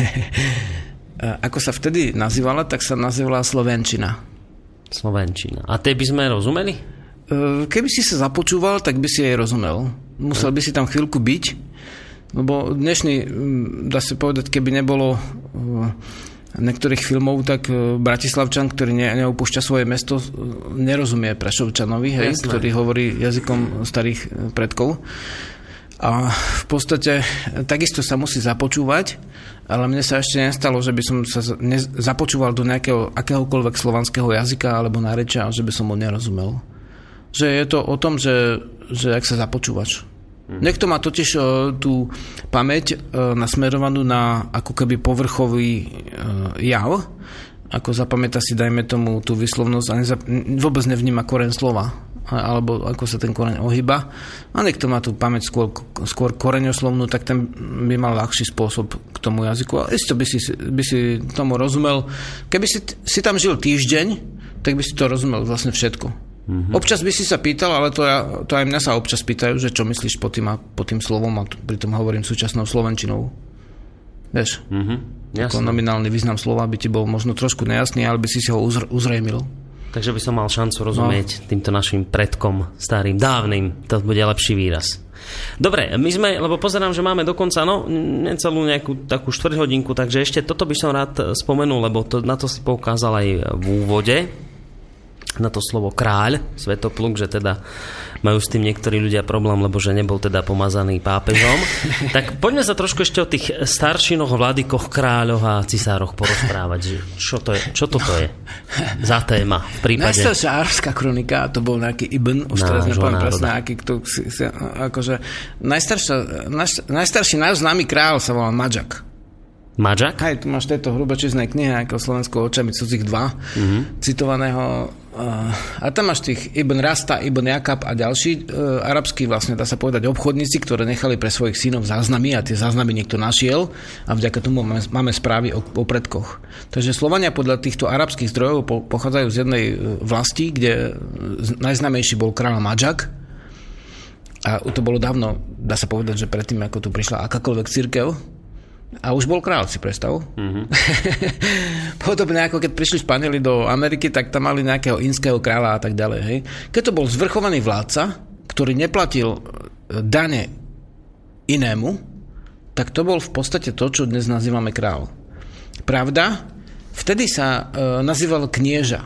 ako sa vtedy nazývala, tak sa nazývala slovenčina. Slovenčina. A tej by sme rozumeli? Keby si sa započúval, tak by si jej rozumel. Musel by si tam chvíľku byť, lebo dnešný, dá sa povedať, keby nebolo niektorých filmov, tak Bratislavčan, ktorý ne, neopúšťa svoje mesto, nerozumie Prešovčanovi, hej, ktorý hovorí jazykom starých predkov. A v podstate takisto sa musí započúvať, ale mne sa ešte nestalo, že by som sa ne, započúval do nejakého akéhokoľvek slovanského jazyka alebo nárečia a že by som mu nerozumel. Že je to o tom, že, že ak sa započúvaš. Niekto má totiž uh, tú pamäť uh, nasmerovanú na ako keby povrchový uh, jav, ako zapamätá si, dajme tomu, tú výslovnosť a nezap- vôbec nevníma koreň slova, alebo ako sa ten koreň ohýba. A niekto má tú pamäť skôr, skôr koreňoslovnú, tak ten by mal ľahší spôsob k tomu jazyku. A isto by si, by si tomu rozumel. Keby si, si tam žil týždeň, tak by si to rozumel vlastne všetko. Mm-hmm. Občas by si sa pýtal, ale to, ja, to aj mňa sa občas pýtajú, že čo myslíš pod tým, a pod tým slovom, a pritom hovorím súčasnou slovenčinou. Vieš? Mm-hmm. Ako nominálny význam slova by ti bol možno trošku nejasný, ale by si si ho uzr- uzrejmil. Takže by som mal šancu rozumieť no. týmto našim predkom starým, dávnym. To bude lepší výraz. Dobre, my sme, lebo pozerám, že máme dokonca no, necelú nejakú takú štvrťhodinku, takže ešte toto by som rád spomenul, lebo to, na to si poukázal aj v úvode, na to slovo kráľ, Svetopluk, že teda majú s tým niektorí ľudia problém, lebo že nebol teda pomazaný pápežom. Tak poďme sa trošku ešte o tých staršinoch, vladykoch, kráľoch a cisároch porozprávať. Čo to je? Čo toto je za téma v prípade? Najstaršia arabská kronika, to bol nejaký Ibn, už teraz nepoviem presne, aký kto, akože najstaršia, najstarší najznámy kráľ sa volal Madžak. Madžak? Aj tu máš tejto hrubočíznej knihe ako Slovensko očami cudzích dva, mm-hmm. citovaného a tam máš tých Ibn Rasta, Ibn Jakab a ďalší uh, arabskí, vlastne dá sa povedať, obchodníci, ktoré nechali pre svojich synov záznamy a tie záznamy niekto našiel a vďaka tomu máme, máme správy o, o predkoch. Takže Slovania podľa týchto arabských zdrojov po, pochádzajú z jednej vlasti, kde najznámejší bol kráľ Madžak a to bolo dávno, dá sa povedať, že predtým, ako tu prišla akákoľvek cirkev. A už bol kráľ, si predstav. Mm-hmm. Podobne ako keď prišli Španieli do Ameriky, tak tam mali nejakého inského kráľa a tak ďalej. Hej. Keď to bol zvrchovaný vládca, ktorý neplatil dane inému, tak to bol v podstate to, čo dnes nazývame kráľ. Pravda? Vtedy sa e, nazýval knieža.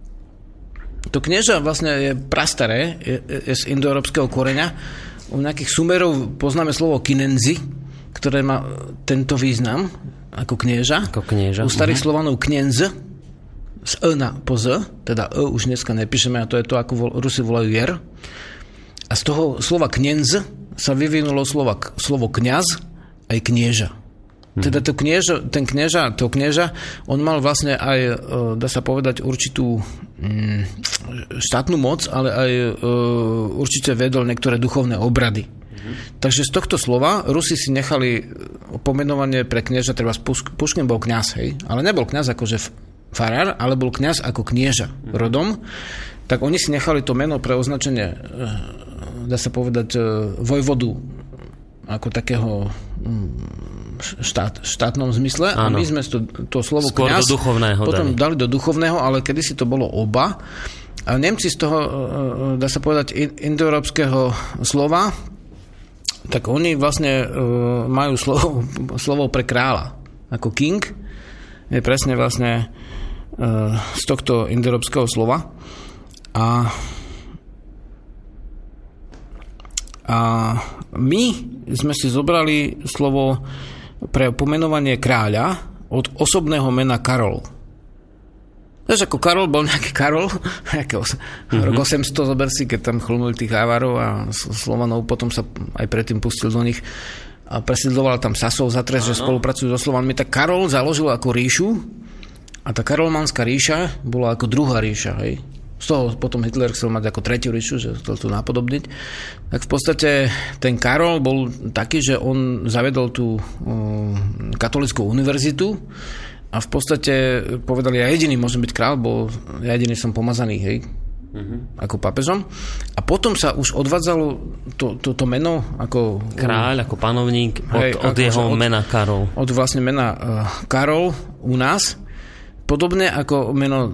To knieža vlastne je prastaré, je, je z indoeurópskeho koreňa. U nejakých Sumerov poznáme slovo kinenzi, ktoré má tento význam ako knieža. Ako knieža. U starých uh-huh. Slovanov knienz z e na po z, teda e už dneska nepíšeme a to je to, ako vol, Rusi volajú jer. A z toho slova knienz sa vyvinulo slova, slovo kňaz aj knieža. Uh-huh. Teda to knieža, ten knieža, to knieža, on mal vlastne aj, dá sa povedať, určitú mm, štátnu moc, ale aj uh, určite vedol niektoré duchovné obrady. Takže z tohto slova Rusi si nechali pomenovanie pre knieža, treba Puškin bol kňaz, hej, ale nebol kňaz akože farár, ale bol kňaz ako knieža rodom, tak oni si nechali to meno pre označenie, dá sa povedať, vojvodu ako takého štát, štátnom zmysle. Áno. A my sme to, to slovo skôr kňaz do duchovného potom dali. dali do duchovného, ale kedysi to bolo oba. A Nemci z toho, dá sa povedať, indoeurópskeho slova, tak oni vlastne uh, majú slovo, slovo pre kráľa. Ako king je presne vlastne uh, z tohto indoeurópskeho slova. A, a my sme si zobrali slovo pre pomenovanie kráľa od osobného mena Karol. Vieš, ako Karol bol nejaký Karol, nejakého mm-hmm. rok osemsto, zober si, keď tam chlnuli tých Avarov a Slovanov, potom sa aj predtým pustil do nich a presídloval tam Sasov za trest, že spolupracujú so Slovanmi. Tak Karol založil ako ríšu a tá karolmanská ríša bola ako druhá ríša, hej. Z toho potom Hitler chcel mať ako tretiu ríšu, že chcel tu napodobniť. Tak v podstate ten Karol bol taký, že on zavedol tú uh, katolickú univerzitu a v podstate povedali, ja jediný môžem byť kráľ, bo ja jediný som pomazaný, hej, uh-huh. ako pápežom. A potom sa už odvádzalo to, to, to meno ako kráľ, ako panovník od, hej, od jeho od, mena Karol. Od vlastne mena uh, Karol u nás. Podobne ako meno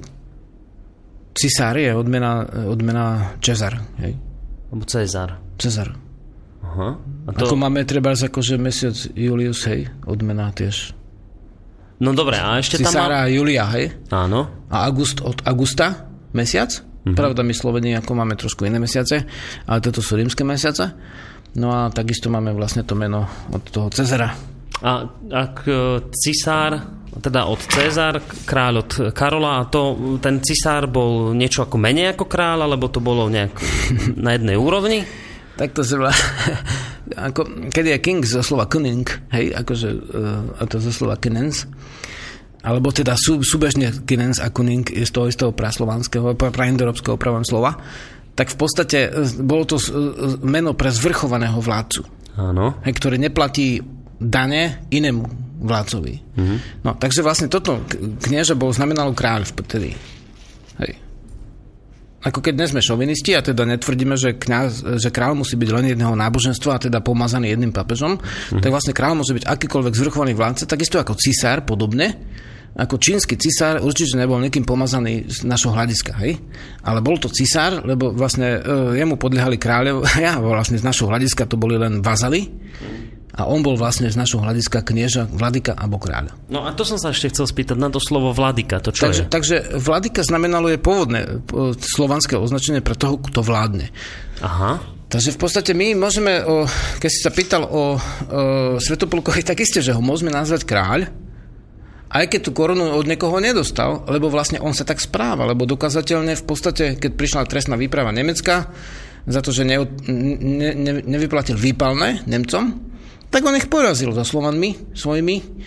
Cisár je od mena, od mena Cezar, hej. Alebo Cezar. Cezar. Aha. A to... Ako máme treba akože mesiac Julius, hej, od mena tiež. No dobre, a ešte tam... Cisára má... Julia, hej? Áno. A August od Augusta mesiac. Mm-hmm. Pravda, my Sloveni ako máme trošku iné mesiace, ale toto sú rímske mesiace. No a takisto máme vlastne to meno od toho Cezara. A ak cisár, teda od Cezar, kráľ od Karola, a to ten cisár bol niečo ako menej ako kráľ, alebo to bolo nejak na jednej úrovni? Tak to sa vlastne... Ako, keď je king zo slova kuning, hej, akože uh, a to zo slova kinens, alebo teda sú, súbežne kinens a kuning je z toho istého praslovanského, praindoeurópskeho pravom slova, tak v podstate bolo to meno pre zvrchovaného vládcu. Áno. Hej, ktorý neplatí dane inému vládcovi. Mm-hmm. No, takže vlastne toto knieža bol znamenalo kráľ vtedy. Hej. Ako keď dnes sme šovinisti a teda netvrdíme, že, kňaz, že kráľ musí byť len jedného náboženstva a teda pomazaný jedným pápežom, mm-hmm. tak vlastne kráľ môže byť akýkoľvek zvrchovaný vládca, takisto ako cisár, podobne. Ako čínsky cisár určite nebol niekým pomazaný z našho hľadiska, hej? Ale bol to cisár, lebo vlastne uh, jemu podliehali kráľov, ja vlastne z našho hľadiska to boli len vazali a on bol vlastne z našho hľadiska knieža, vladyka alebo kráľ. No a to som sa ešte chcel spýtať na to slovo vladyka, to čo takže, je? Takže vladyka znamenalo je pôvodné slovanské označenie pre toho, kto vládne. Aha. Takže v podstate my môžeme, o, keď si sa pýtal o, o Svätoplukovi, tak isté, že ho môžeme nazvať kráľ, aj keď tú korunu od niekoho nedostal, lebo vlastne on sa tak správa, lebo dokazateľne v podstate, keď prišla trestná výprava Nemecka za to, že ne, ne, ne, nevyplatil výpalné Nemcom, tak on ich porazil so Slovanmi svojimi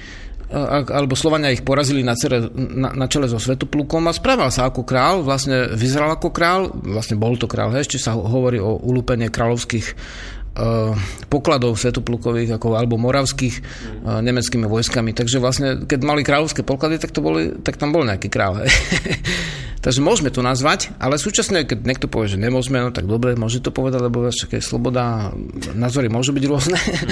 alebo Slovania ich porazili na, cere, na, na čele so Svätoplukom a správal sa ako král, vlastne vyzeral ako král, vlastne bol to král, ešte sa hovorí o ulúpenie kráľovských uh, pokladov Svätoplukových ako, alebo moravských uh, nemeckými vojskami. Takže vlastne, keď mali kráľovské poklady, tak, to boli, tak tam bol nejaký král. Takže môžeme to nazvať, ale súčasne, keď niekto povie, že nemôžeme, no tak dobre, môže to povedať, lebo však je sloboda, názory môžu byť rôzne.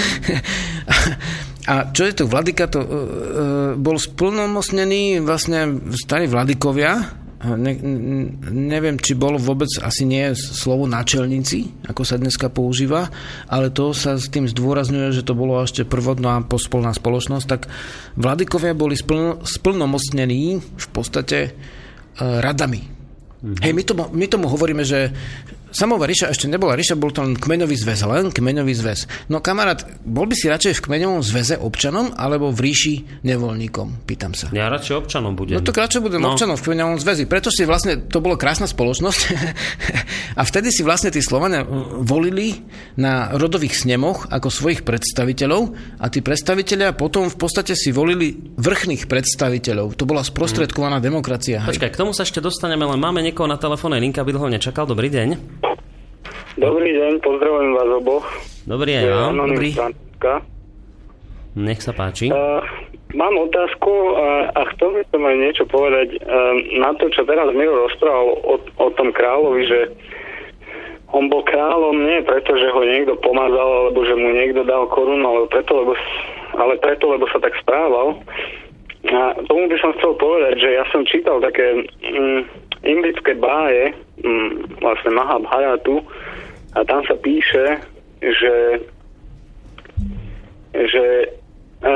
A čo je to vladyka, to uh, bol splnomocnený vlastne starí vladykovia. Ne, neviem, či bolo vôbec, asi nie slovo náčelníci, ako sa dneska používa, ale to sa s tým zdôrazňuje, že to bolo ešte prvotná pospolná spoločnosť, tak vladykovia boli splno, splnomocnení v podstate radami. Mm-hmm. Hej, my tomu, my tomu hovoríme, že samová ríša ešte nebola ríša, bol to len kmeňový zväz, len kmeňový zväz. No kamarát, bol by si radšej v kmeňovom zväze občanom, alebo v ríši nevoľníkom? Pýtam sa. Ja radšej občanom budem. No to radšej budem no. občanom v kmeňovom zväzi. Preto si vlastne, to bolo krásna spoločnosť a vtedy si vlastne tí Slovania volili na rodových snemoch ako svojich predstaviteľov a tí predstavitelia potom v podstate si volili vrchných predstaviteľov. To bola sprostredkovaná hmm. demokracia. Počkaj, k tomu sa ešte dostaneme, len máme niekoho na telefónnej linke, aby dlho nečakal. Dobrý deň. Dobrý deň, pozdravujem vás oboch. Dobrý deň, ja. Dobrý. Nech sa páči. Uh, mám otázku uh, a chcel by som aj niečo povedať uh, na to, čo teraz Miro rozprával o, o tom kráľovi, že on bol kráľom nie preto, že ho niekto pomazal, alebo že mu niekto dal korunu, ale preto, lebo, ale preto, lebo sa tak správal. A tomu by som chcel povedať, že ja som čítal také um, indické báje, um, vlastne Mahabharatu, a tam sa píše, že, že e,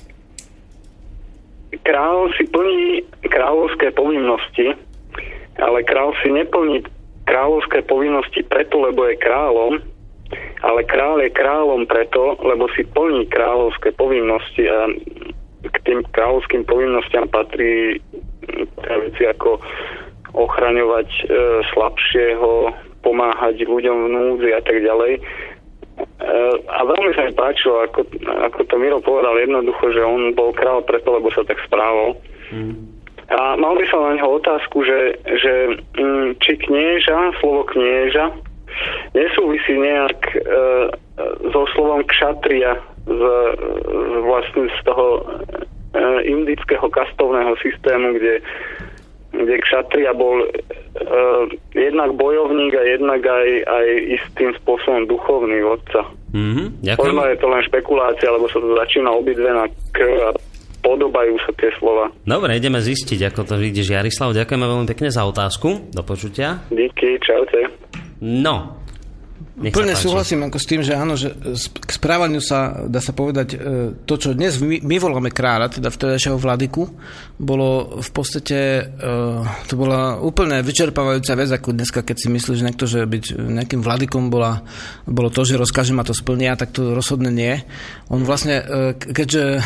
král si plní kráľovské povinnosti, ale král si neplní kráľovské povinnosti preto, lebo je kráľom, ale král je kráľom preto, lebo si plní kráľovské povinnosti a k tým kráľovským povinnostiam patrí veci ako ochraňovať e, slabšieho, pomáhať ľuďom v núdzi a tak ďalej. A veľmi sa mi páčilo, ako, ako to Miro povedal jednoducho, že on bol král preto, lebo sa tak správal. Mm. A mal by som na neho otázku, že, že či knieža, slovo knieža nesúvisí nejak e, so slovom kšatria z, z vlastne z toho e, indického kastovného systému, kde kde kšatria bol uh, jednak bojovník a jednak aj, aj istým spôsobom duchovný vodca. Mm-hmm, možno je to len špekulácia, lebo sa to začína obidve na k a podobajú sa tie slova. Dobre, ideme zistiť, ako to vidíš, Jarislav. Ďakujeme veľmi pekne za otázku. Do počutia. Díky, čaute. No, plne súhlasím ako s tým, že áno, že k správaniu sa, dá sa povedať, to, čo dnes my, my voláme kráľa, teda vtedajšieho vladyku, bolo v podstate, to bola úplne vyčerpávajúca vec, ako dneska, keď si myslíš niekto, že byť nejakým vladykom bola, bolo to, že rozkáže ma to splnia, tak to rozhodne nie. On vlastne, keďže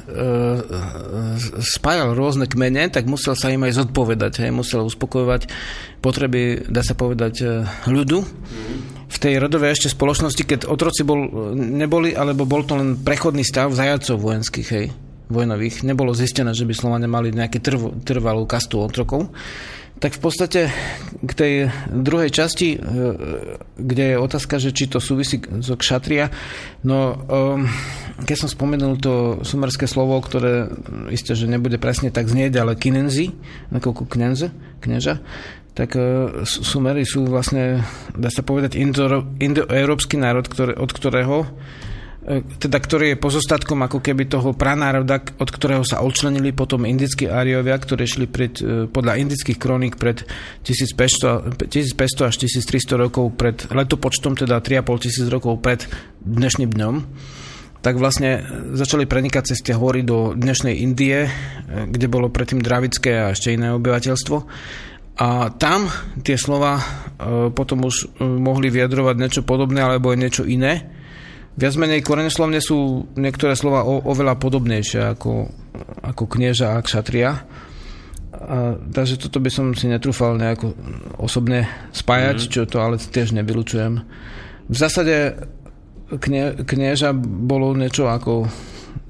spájal rôzne kmene, tak musel sa im aj zodpovedať, hej, musel uspokojovať potreby, dá sa povedať, ľudu. V tej rodovej ešte spoločnosti, keď otroci bol, neboli, alebo bol to len prechodný stav zajacov vojenských, hej, vojnových. Nebolo zistené, že by Slovania mali nejakú trv, trvalú kastu otrokov. Tak v podstate k tej druhej časti, kde je otázka, že či to súvisí so kšatria, no keď som spomenul to sumerské slovo, ktoré isté, že nebude presne tak znieť, ale kinenzi, ako kniaze, knieža, tak uh, Sumeri sú vlastne, dá sa povedať, indo, indoeurópsky národ, ktoré, od ktorého teda ktorý je pozostatkom ako keby toho pranároda, od ktorého sa odčlenili potom indickí Áriovia, ktorí šli pred, podľa indických kroník pred tisícpäťsto až tisíctristo rokov pred letopočtom, teda tri a pol tisíc rokov pred dnešným dňom. Tak vlastne začali prenikať cez tie hory do dnešnej Indie, kde bolo predtým dravické a ešte iné obyvateľstvo. A tam tie slova e, potom už e, mohli vyjadrovať niečo podobné alebo aj niečo iné. Viac menej koreňoslovne sú niektoré slova o, oveľa podobnejšie ako, ako knieža a kšatria. A, takže toto by som si netrúfal nejako osobne spájať, mm. čo to ale tiež nevylučujem. V zásade knie, knieža bolo niečo ako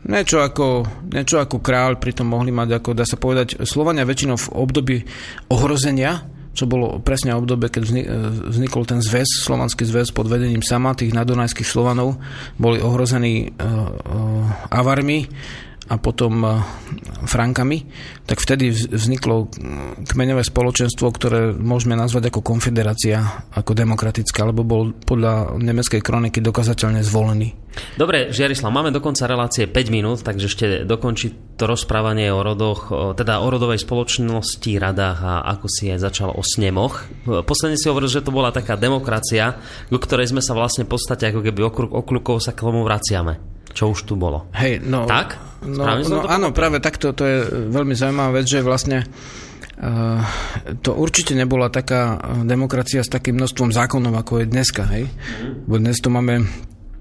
niečo ako, niečo ako kráľ, pritom mohli mať, ako dá sa povedať, Slovania väčšinou v období ohrozenia, čo bolo presne obdobie, keď vznikol ten zväz, slovanský zväz pod vedením Sama, tých nadunajských Slovanov, boli ohrození uh, uh, Avarmi a potom uh, Frankami, tak vtedy vzniklo kmeňové spoločenstvo, ktoré môžeme nazvať ako konfederácia, ako demokratická, lebo bol podľa nemeckej kroniky dokazateľne zvolený. Dobre, Žiarislav, máme do konca relácie päť minút, takže ešte dokončiť to rozprávanie o rodoch, teda o rodovej spoločnosti, radách a ako si aj začal o snemoch. Posledne si hovoril, že to bola taká demokracia, ku ktorej sme sa vlastne v podstate ako keby okruh okľukov sa k tomu vraciame. Čo už tu bolo. Hej, no, tak? No, no áno, práve takto, to je veľmi zaujímavá vec, že vlastne uh, to určite nebola taká demokracia s takým množstvom zákonov, ako je dneska, hej? Mm. Bo dnes to máme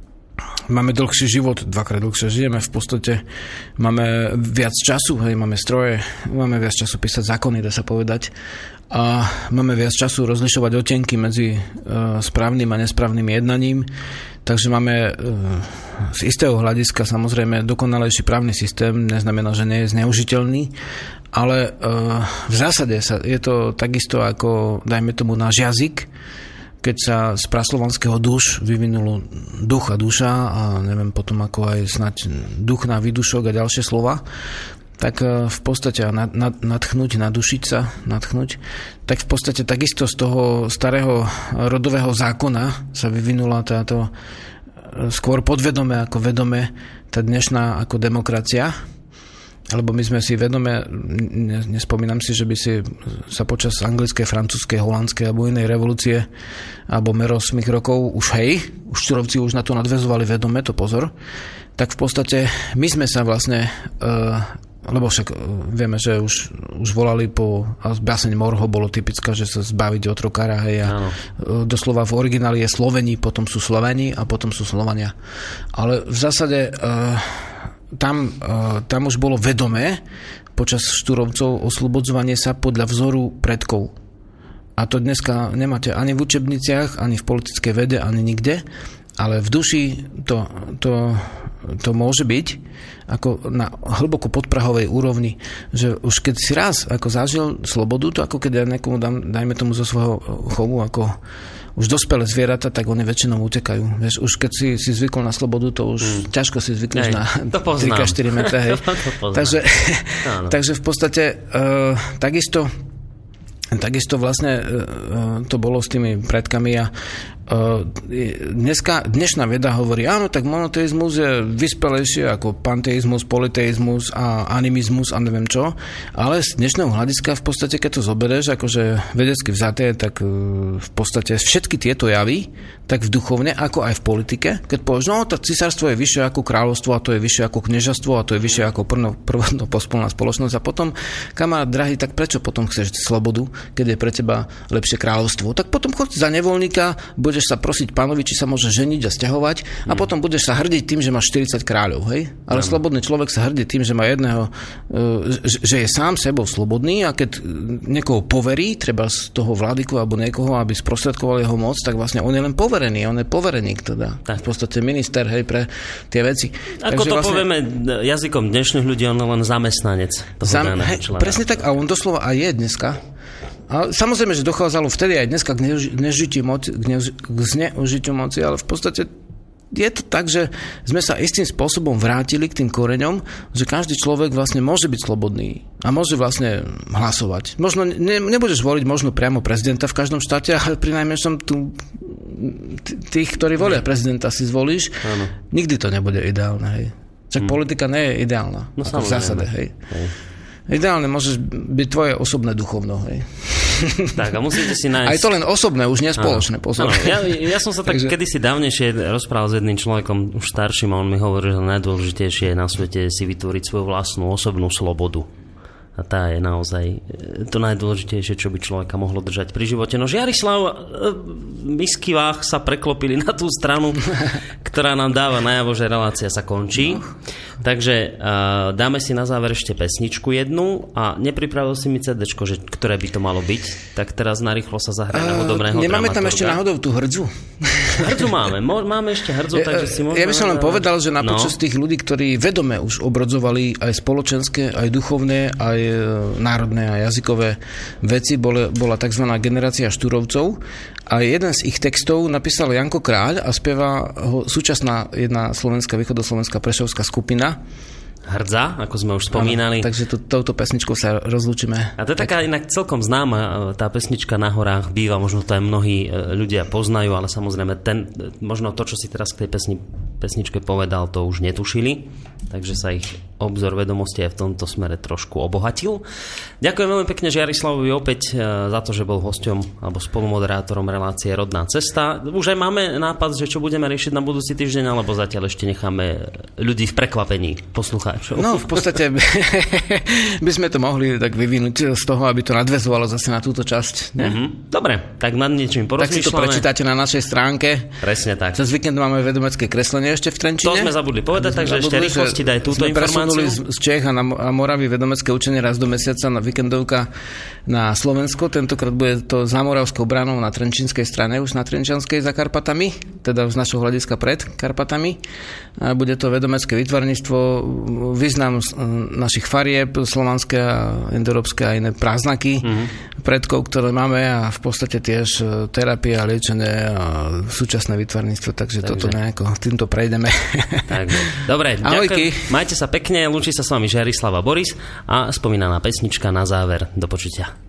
máme dlhší život, dvakrát dlhšie žijeme, v podstate máme viac času, hej, máme stroje, máme viac času písať zákony, dá sa povedať, a máme viac času rozlišovať otenky medzi uh, správnym a nesprávnym jednaním, takže máme uh, z istého hľadiska samozrejme dokonalejší právny systém, neznamená, že nie je zneužiteľný, ale uh, v zásade sa, je to takisto ako, dajme tomu, náš jazyk, keď sa z praslovanského duš vyvinulo duch a duša a neviem potom ako aj snať duch na vydušok a ďalšie slova, tak v podstate nad, nad, nadchnúť, nadušiť sa, nadchnúť, tak v podstate takisto z toho starého rodového zákona sa vyvinula táto skôr podvedome ako vedome tá dnešná ako demokracia. Lebo my sme si vedome, nespomínam si, že by si sa počas anglickej, francúzskej, holandskej alebo inej revolúcie alebo merosmých rokov už hej, už Štúrovci už na to nadväzovali vedome, to pozor, tak v podstate my sme sa vlastne, uh, lebo však vieme, že už, už volali po, báseň Morho bolo typická, že sa zbaviť otrokára, hej, a áno. Doslova v origináli je Sloveni, potom sú Sloveni a potom sú Slovania. Ale v zásade uh, Tam, tam už bolo vedomé počas Štúrovcov oslobodzovanie sa podľa vzoru predkov. A to dneska nemáte ani v učebniciach, ani v politickej vede, ani nikde, ale v duši to, to, to môže byť ako na hlboko podprahovej úrovni, že už keď si raz ako zažil slobodu, to ako keď ja niekomu dám, dajme tomu zo svojho chovu, ako už dospelé zvieratá, tak oni väčšinou utekajú. Vieš, už keď si, si zvykol na slobodu, to už mm. ťažko si zvykneš hej, na tri štyri metre. Hej. takže, takže v podstate uh, takisto takisto vlastne uh, to bolo s tými predkami a uh, dneska, dnešná veda hovorí, áno, tak monoteizmus je vyspelejšie ako panteizmus, politeizmus a animizmus a neviem čo, ale z dnešného hľadiska v podstate, keď to zoberieš, akože vedecky vzaté, tak uh, v podstate všetky tieto javy, tak v duchovne, ako aj v politike, keď povieš, no, tak cisárstvo je vyššie ako kráľovstvo a to je vyššie ako kniežastvo a to je vyššie ako prvotno pospolná spoločnosť a potom, kamarát drahý, tak prečo potom chceš slobodu, keď je pre teba lepšie kráľovstvo? Tak potom choď za nevoľníka, budeš sa prosiť pánovi, či sa môže ženiť a sťahovať a mm. potom budeš sa hrdiť tým, že máš štyridsať kráľov, hej? Ale mm. slobodný človek sa hrdí tým, že má jedného, že je sám sebou slobodný a keď niekoho poverí, treba z toho vládyku alebo niekoho, aby sprostredkoval jeho moc, tak vlastne on je len poverený, on je povereník teda. Tak. V podstate minister, hej, pre tie veci. Ako Takže to vlastne, povieme jazykom dnešných ľudí, on je len zamestnanec toho Zam, hej, presne tak, a on doslova aj je dneska. A samozrejme, že dochádzalo vtedy aj dneska k, neuži- k, moci, k, neuži- k zneužitiu moci, ale v podstate je to tak, že sme sa istým spôsobom vrátili k tým koreňom, že každý človek vlastne môže byť slobodný a môže vlastne hlasovať. Možno ne, nebudeš voliť možno priamo prezidenta v každom štáte, ale pri najmenšom tu tých, ktorí volia prezidenta, si zvolíš. Áno. Nikdy to nebude ideálne, hej. Však hmm. politika nie je ideálna. No v zásade, hej. hej. Ideálne môžeš byť tvoje osobné duchovno, hej. Tak, a musíte si nájsť... Aj to len osobné, už nie spoločné, pozor. Ja, ja som sa tak Takže... kedysi dávnejšie rozprával s jedným človekom, už starším, a on mi hovoril, že najdôležitejšie je na svete si vytvoriť svoju vlastnú osobnú slobodu. A tá je naozaj to najdôležitejšie, čo by človeka mohlo držať pri živote. No Žiarislav, misky váh sa preklopili na tú stranu, ktorá nám dáva najavo, že relácia sa končí. No. Takže uh, dáme si na záver ešte pesničku jednu a nepripravil si mi cédečko, že ktoré by to malo byť. Tak teraz narýchlo sa zahraje uh, na hudobného dramaturga. Nemáme tam ešte náhodou tú hrdzu? Hrdzu máme. Máme ešte hrdzu, takže si môžeme... Ja by som len povedal, že na počas no. tých ľudí, ktorí vedome už obrodzovali aj spoločenské, aj duchovné, aj národné a jazykové veci, bola, bola tzv. Generácia Štúrovcov a jeden z ich textov napísal Janko Kráľ a spieva ho súčasná jedna slovenská, východoslovenská prešovská skupina Hrdza, ako sme už spomínali. Ano, takže to, touto pesničkou sa rozlúčime. A to je taká inak celkom známa, tá pesnička Na horách býva, možno to aj mnohí ľudia poznajú, ale samozrejme ten, možno to, čo si teraz k tej pesni, pesničke povedal, to už netušili, takže sa ich obzor vedomosti aj v tomto smere trošku obohatil. Ďakujem veľmi pekne Žiarislavovi opäť za to, že bol hosťom alebo spolumoderátorom relácie Rodná cesta. Už aj máme nápad, že čo budeme riešiť na budúci týždeň, alebo zatiaľ ešte necháme ľudí v prekvapení, poslucháčov. No, v podstate by sme to mohli tak vyvinúť z toho, aby to nadväzovalo zase na túto časť. Mm-hmm. Dobre, tak nad niečím porozmýšľame. Tak si to prečítate na našej stránke. Presne tak. Cez víkend máme vedomecké kreslenie ešte v Trenčine. To sme zabudli povedať, takže ešte rýchlosti daj túto informáciu. Z Čech a, na, a Moravy vedomecké učenie raz do mesiaca na víkendovka na Slovensko. Tentokrát bude to za Moravskou bránou na Trenčínskej strane, už na Trenčianskej za Karpatami, teda z našho hľadiska pred Karpatami. A bude to vedomecké výtvarníctvo, význam našich farieb, slovanské a indoeurópske a iné práznaky mm-hmm. predkov, ktoré máme a v podstate tiež terapie a liečenie a súčasné výtvarníctvo, takže, takže. toto nejako týmto prejdeme. Takže. Dobre, ďakujem. Majte sa pekne. Lúči sa s vami Žiarislav a Boris a spomínaná pesnička na záver. Do počutia.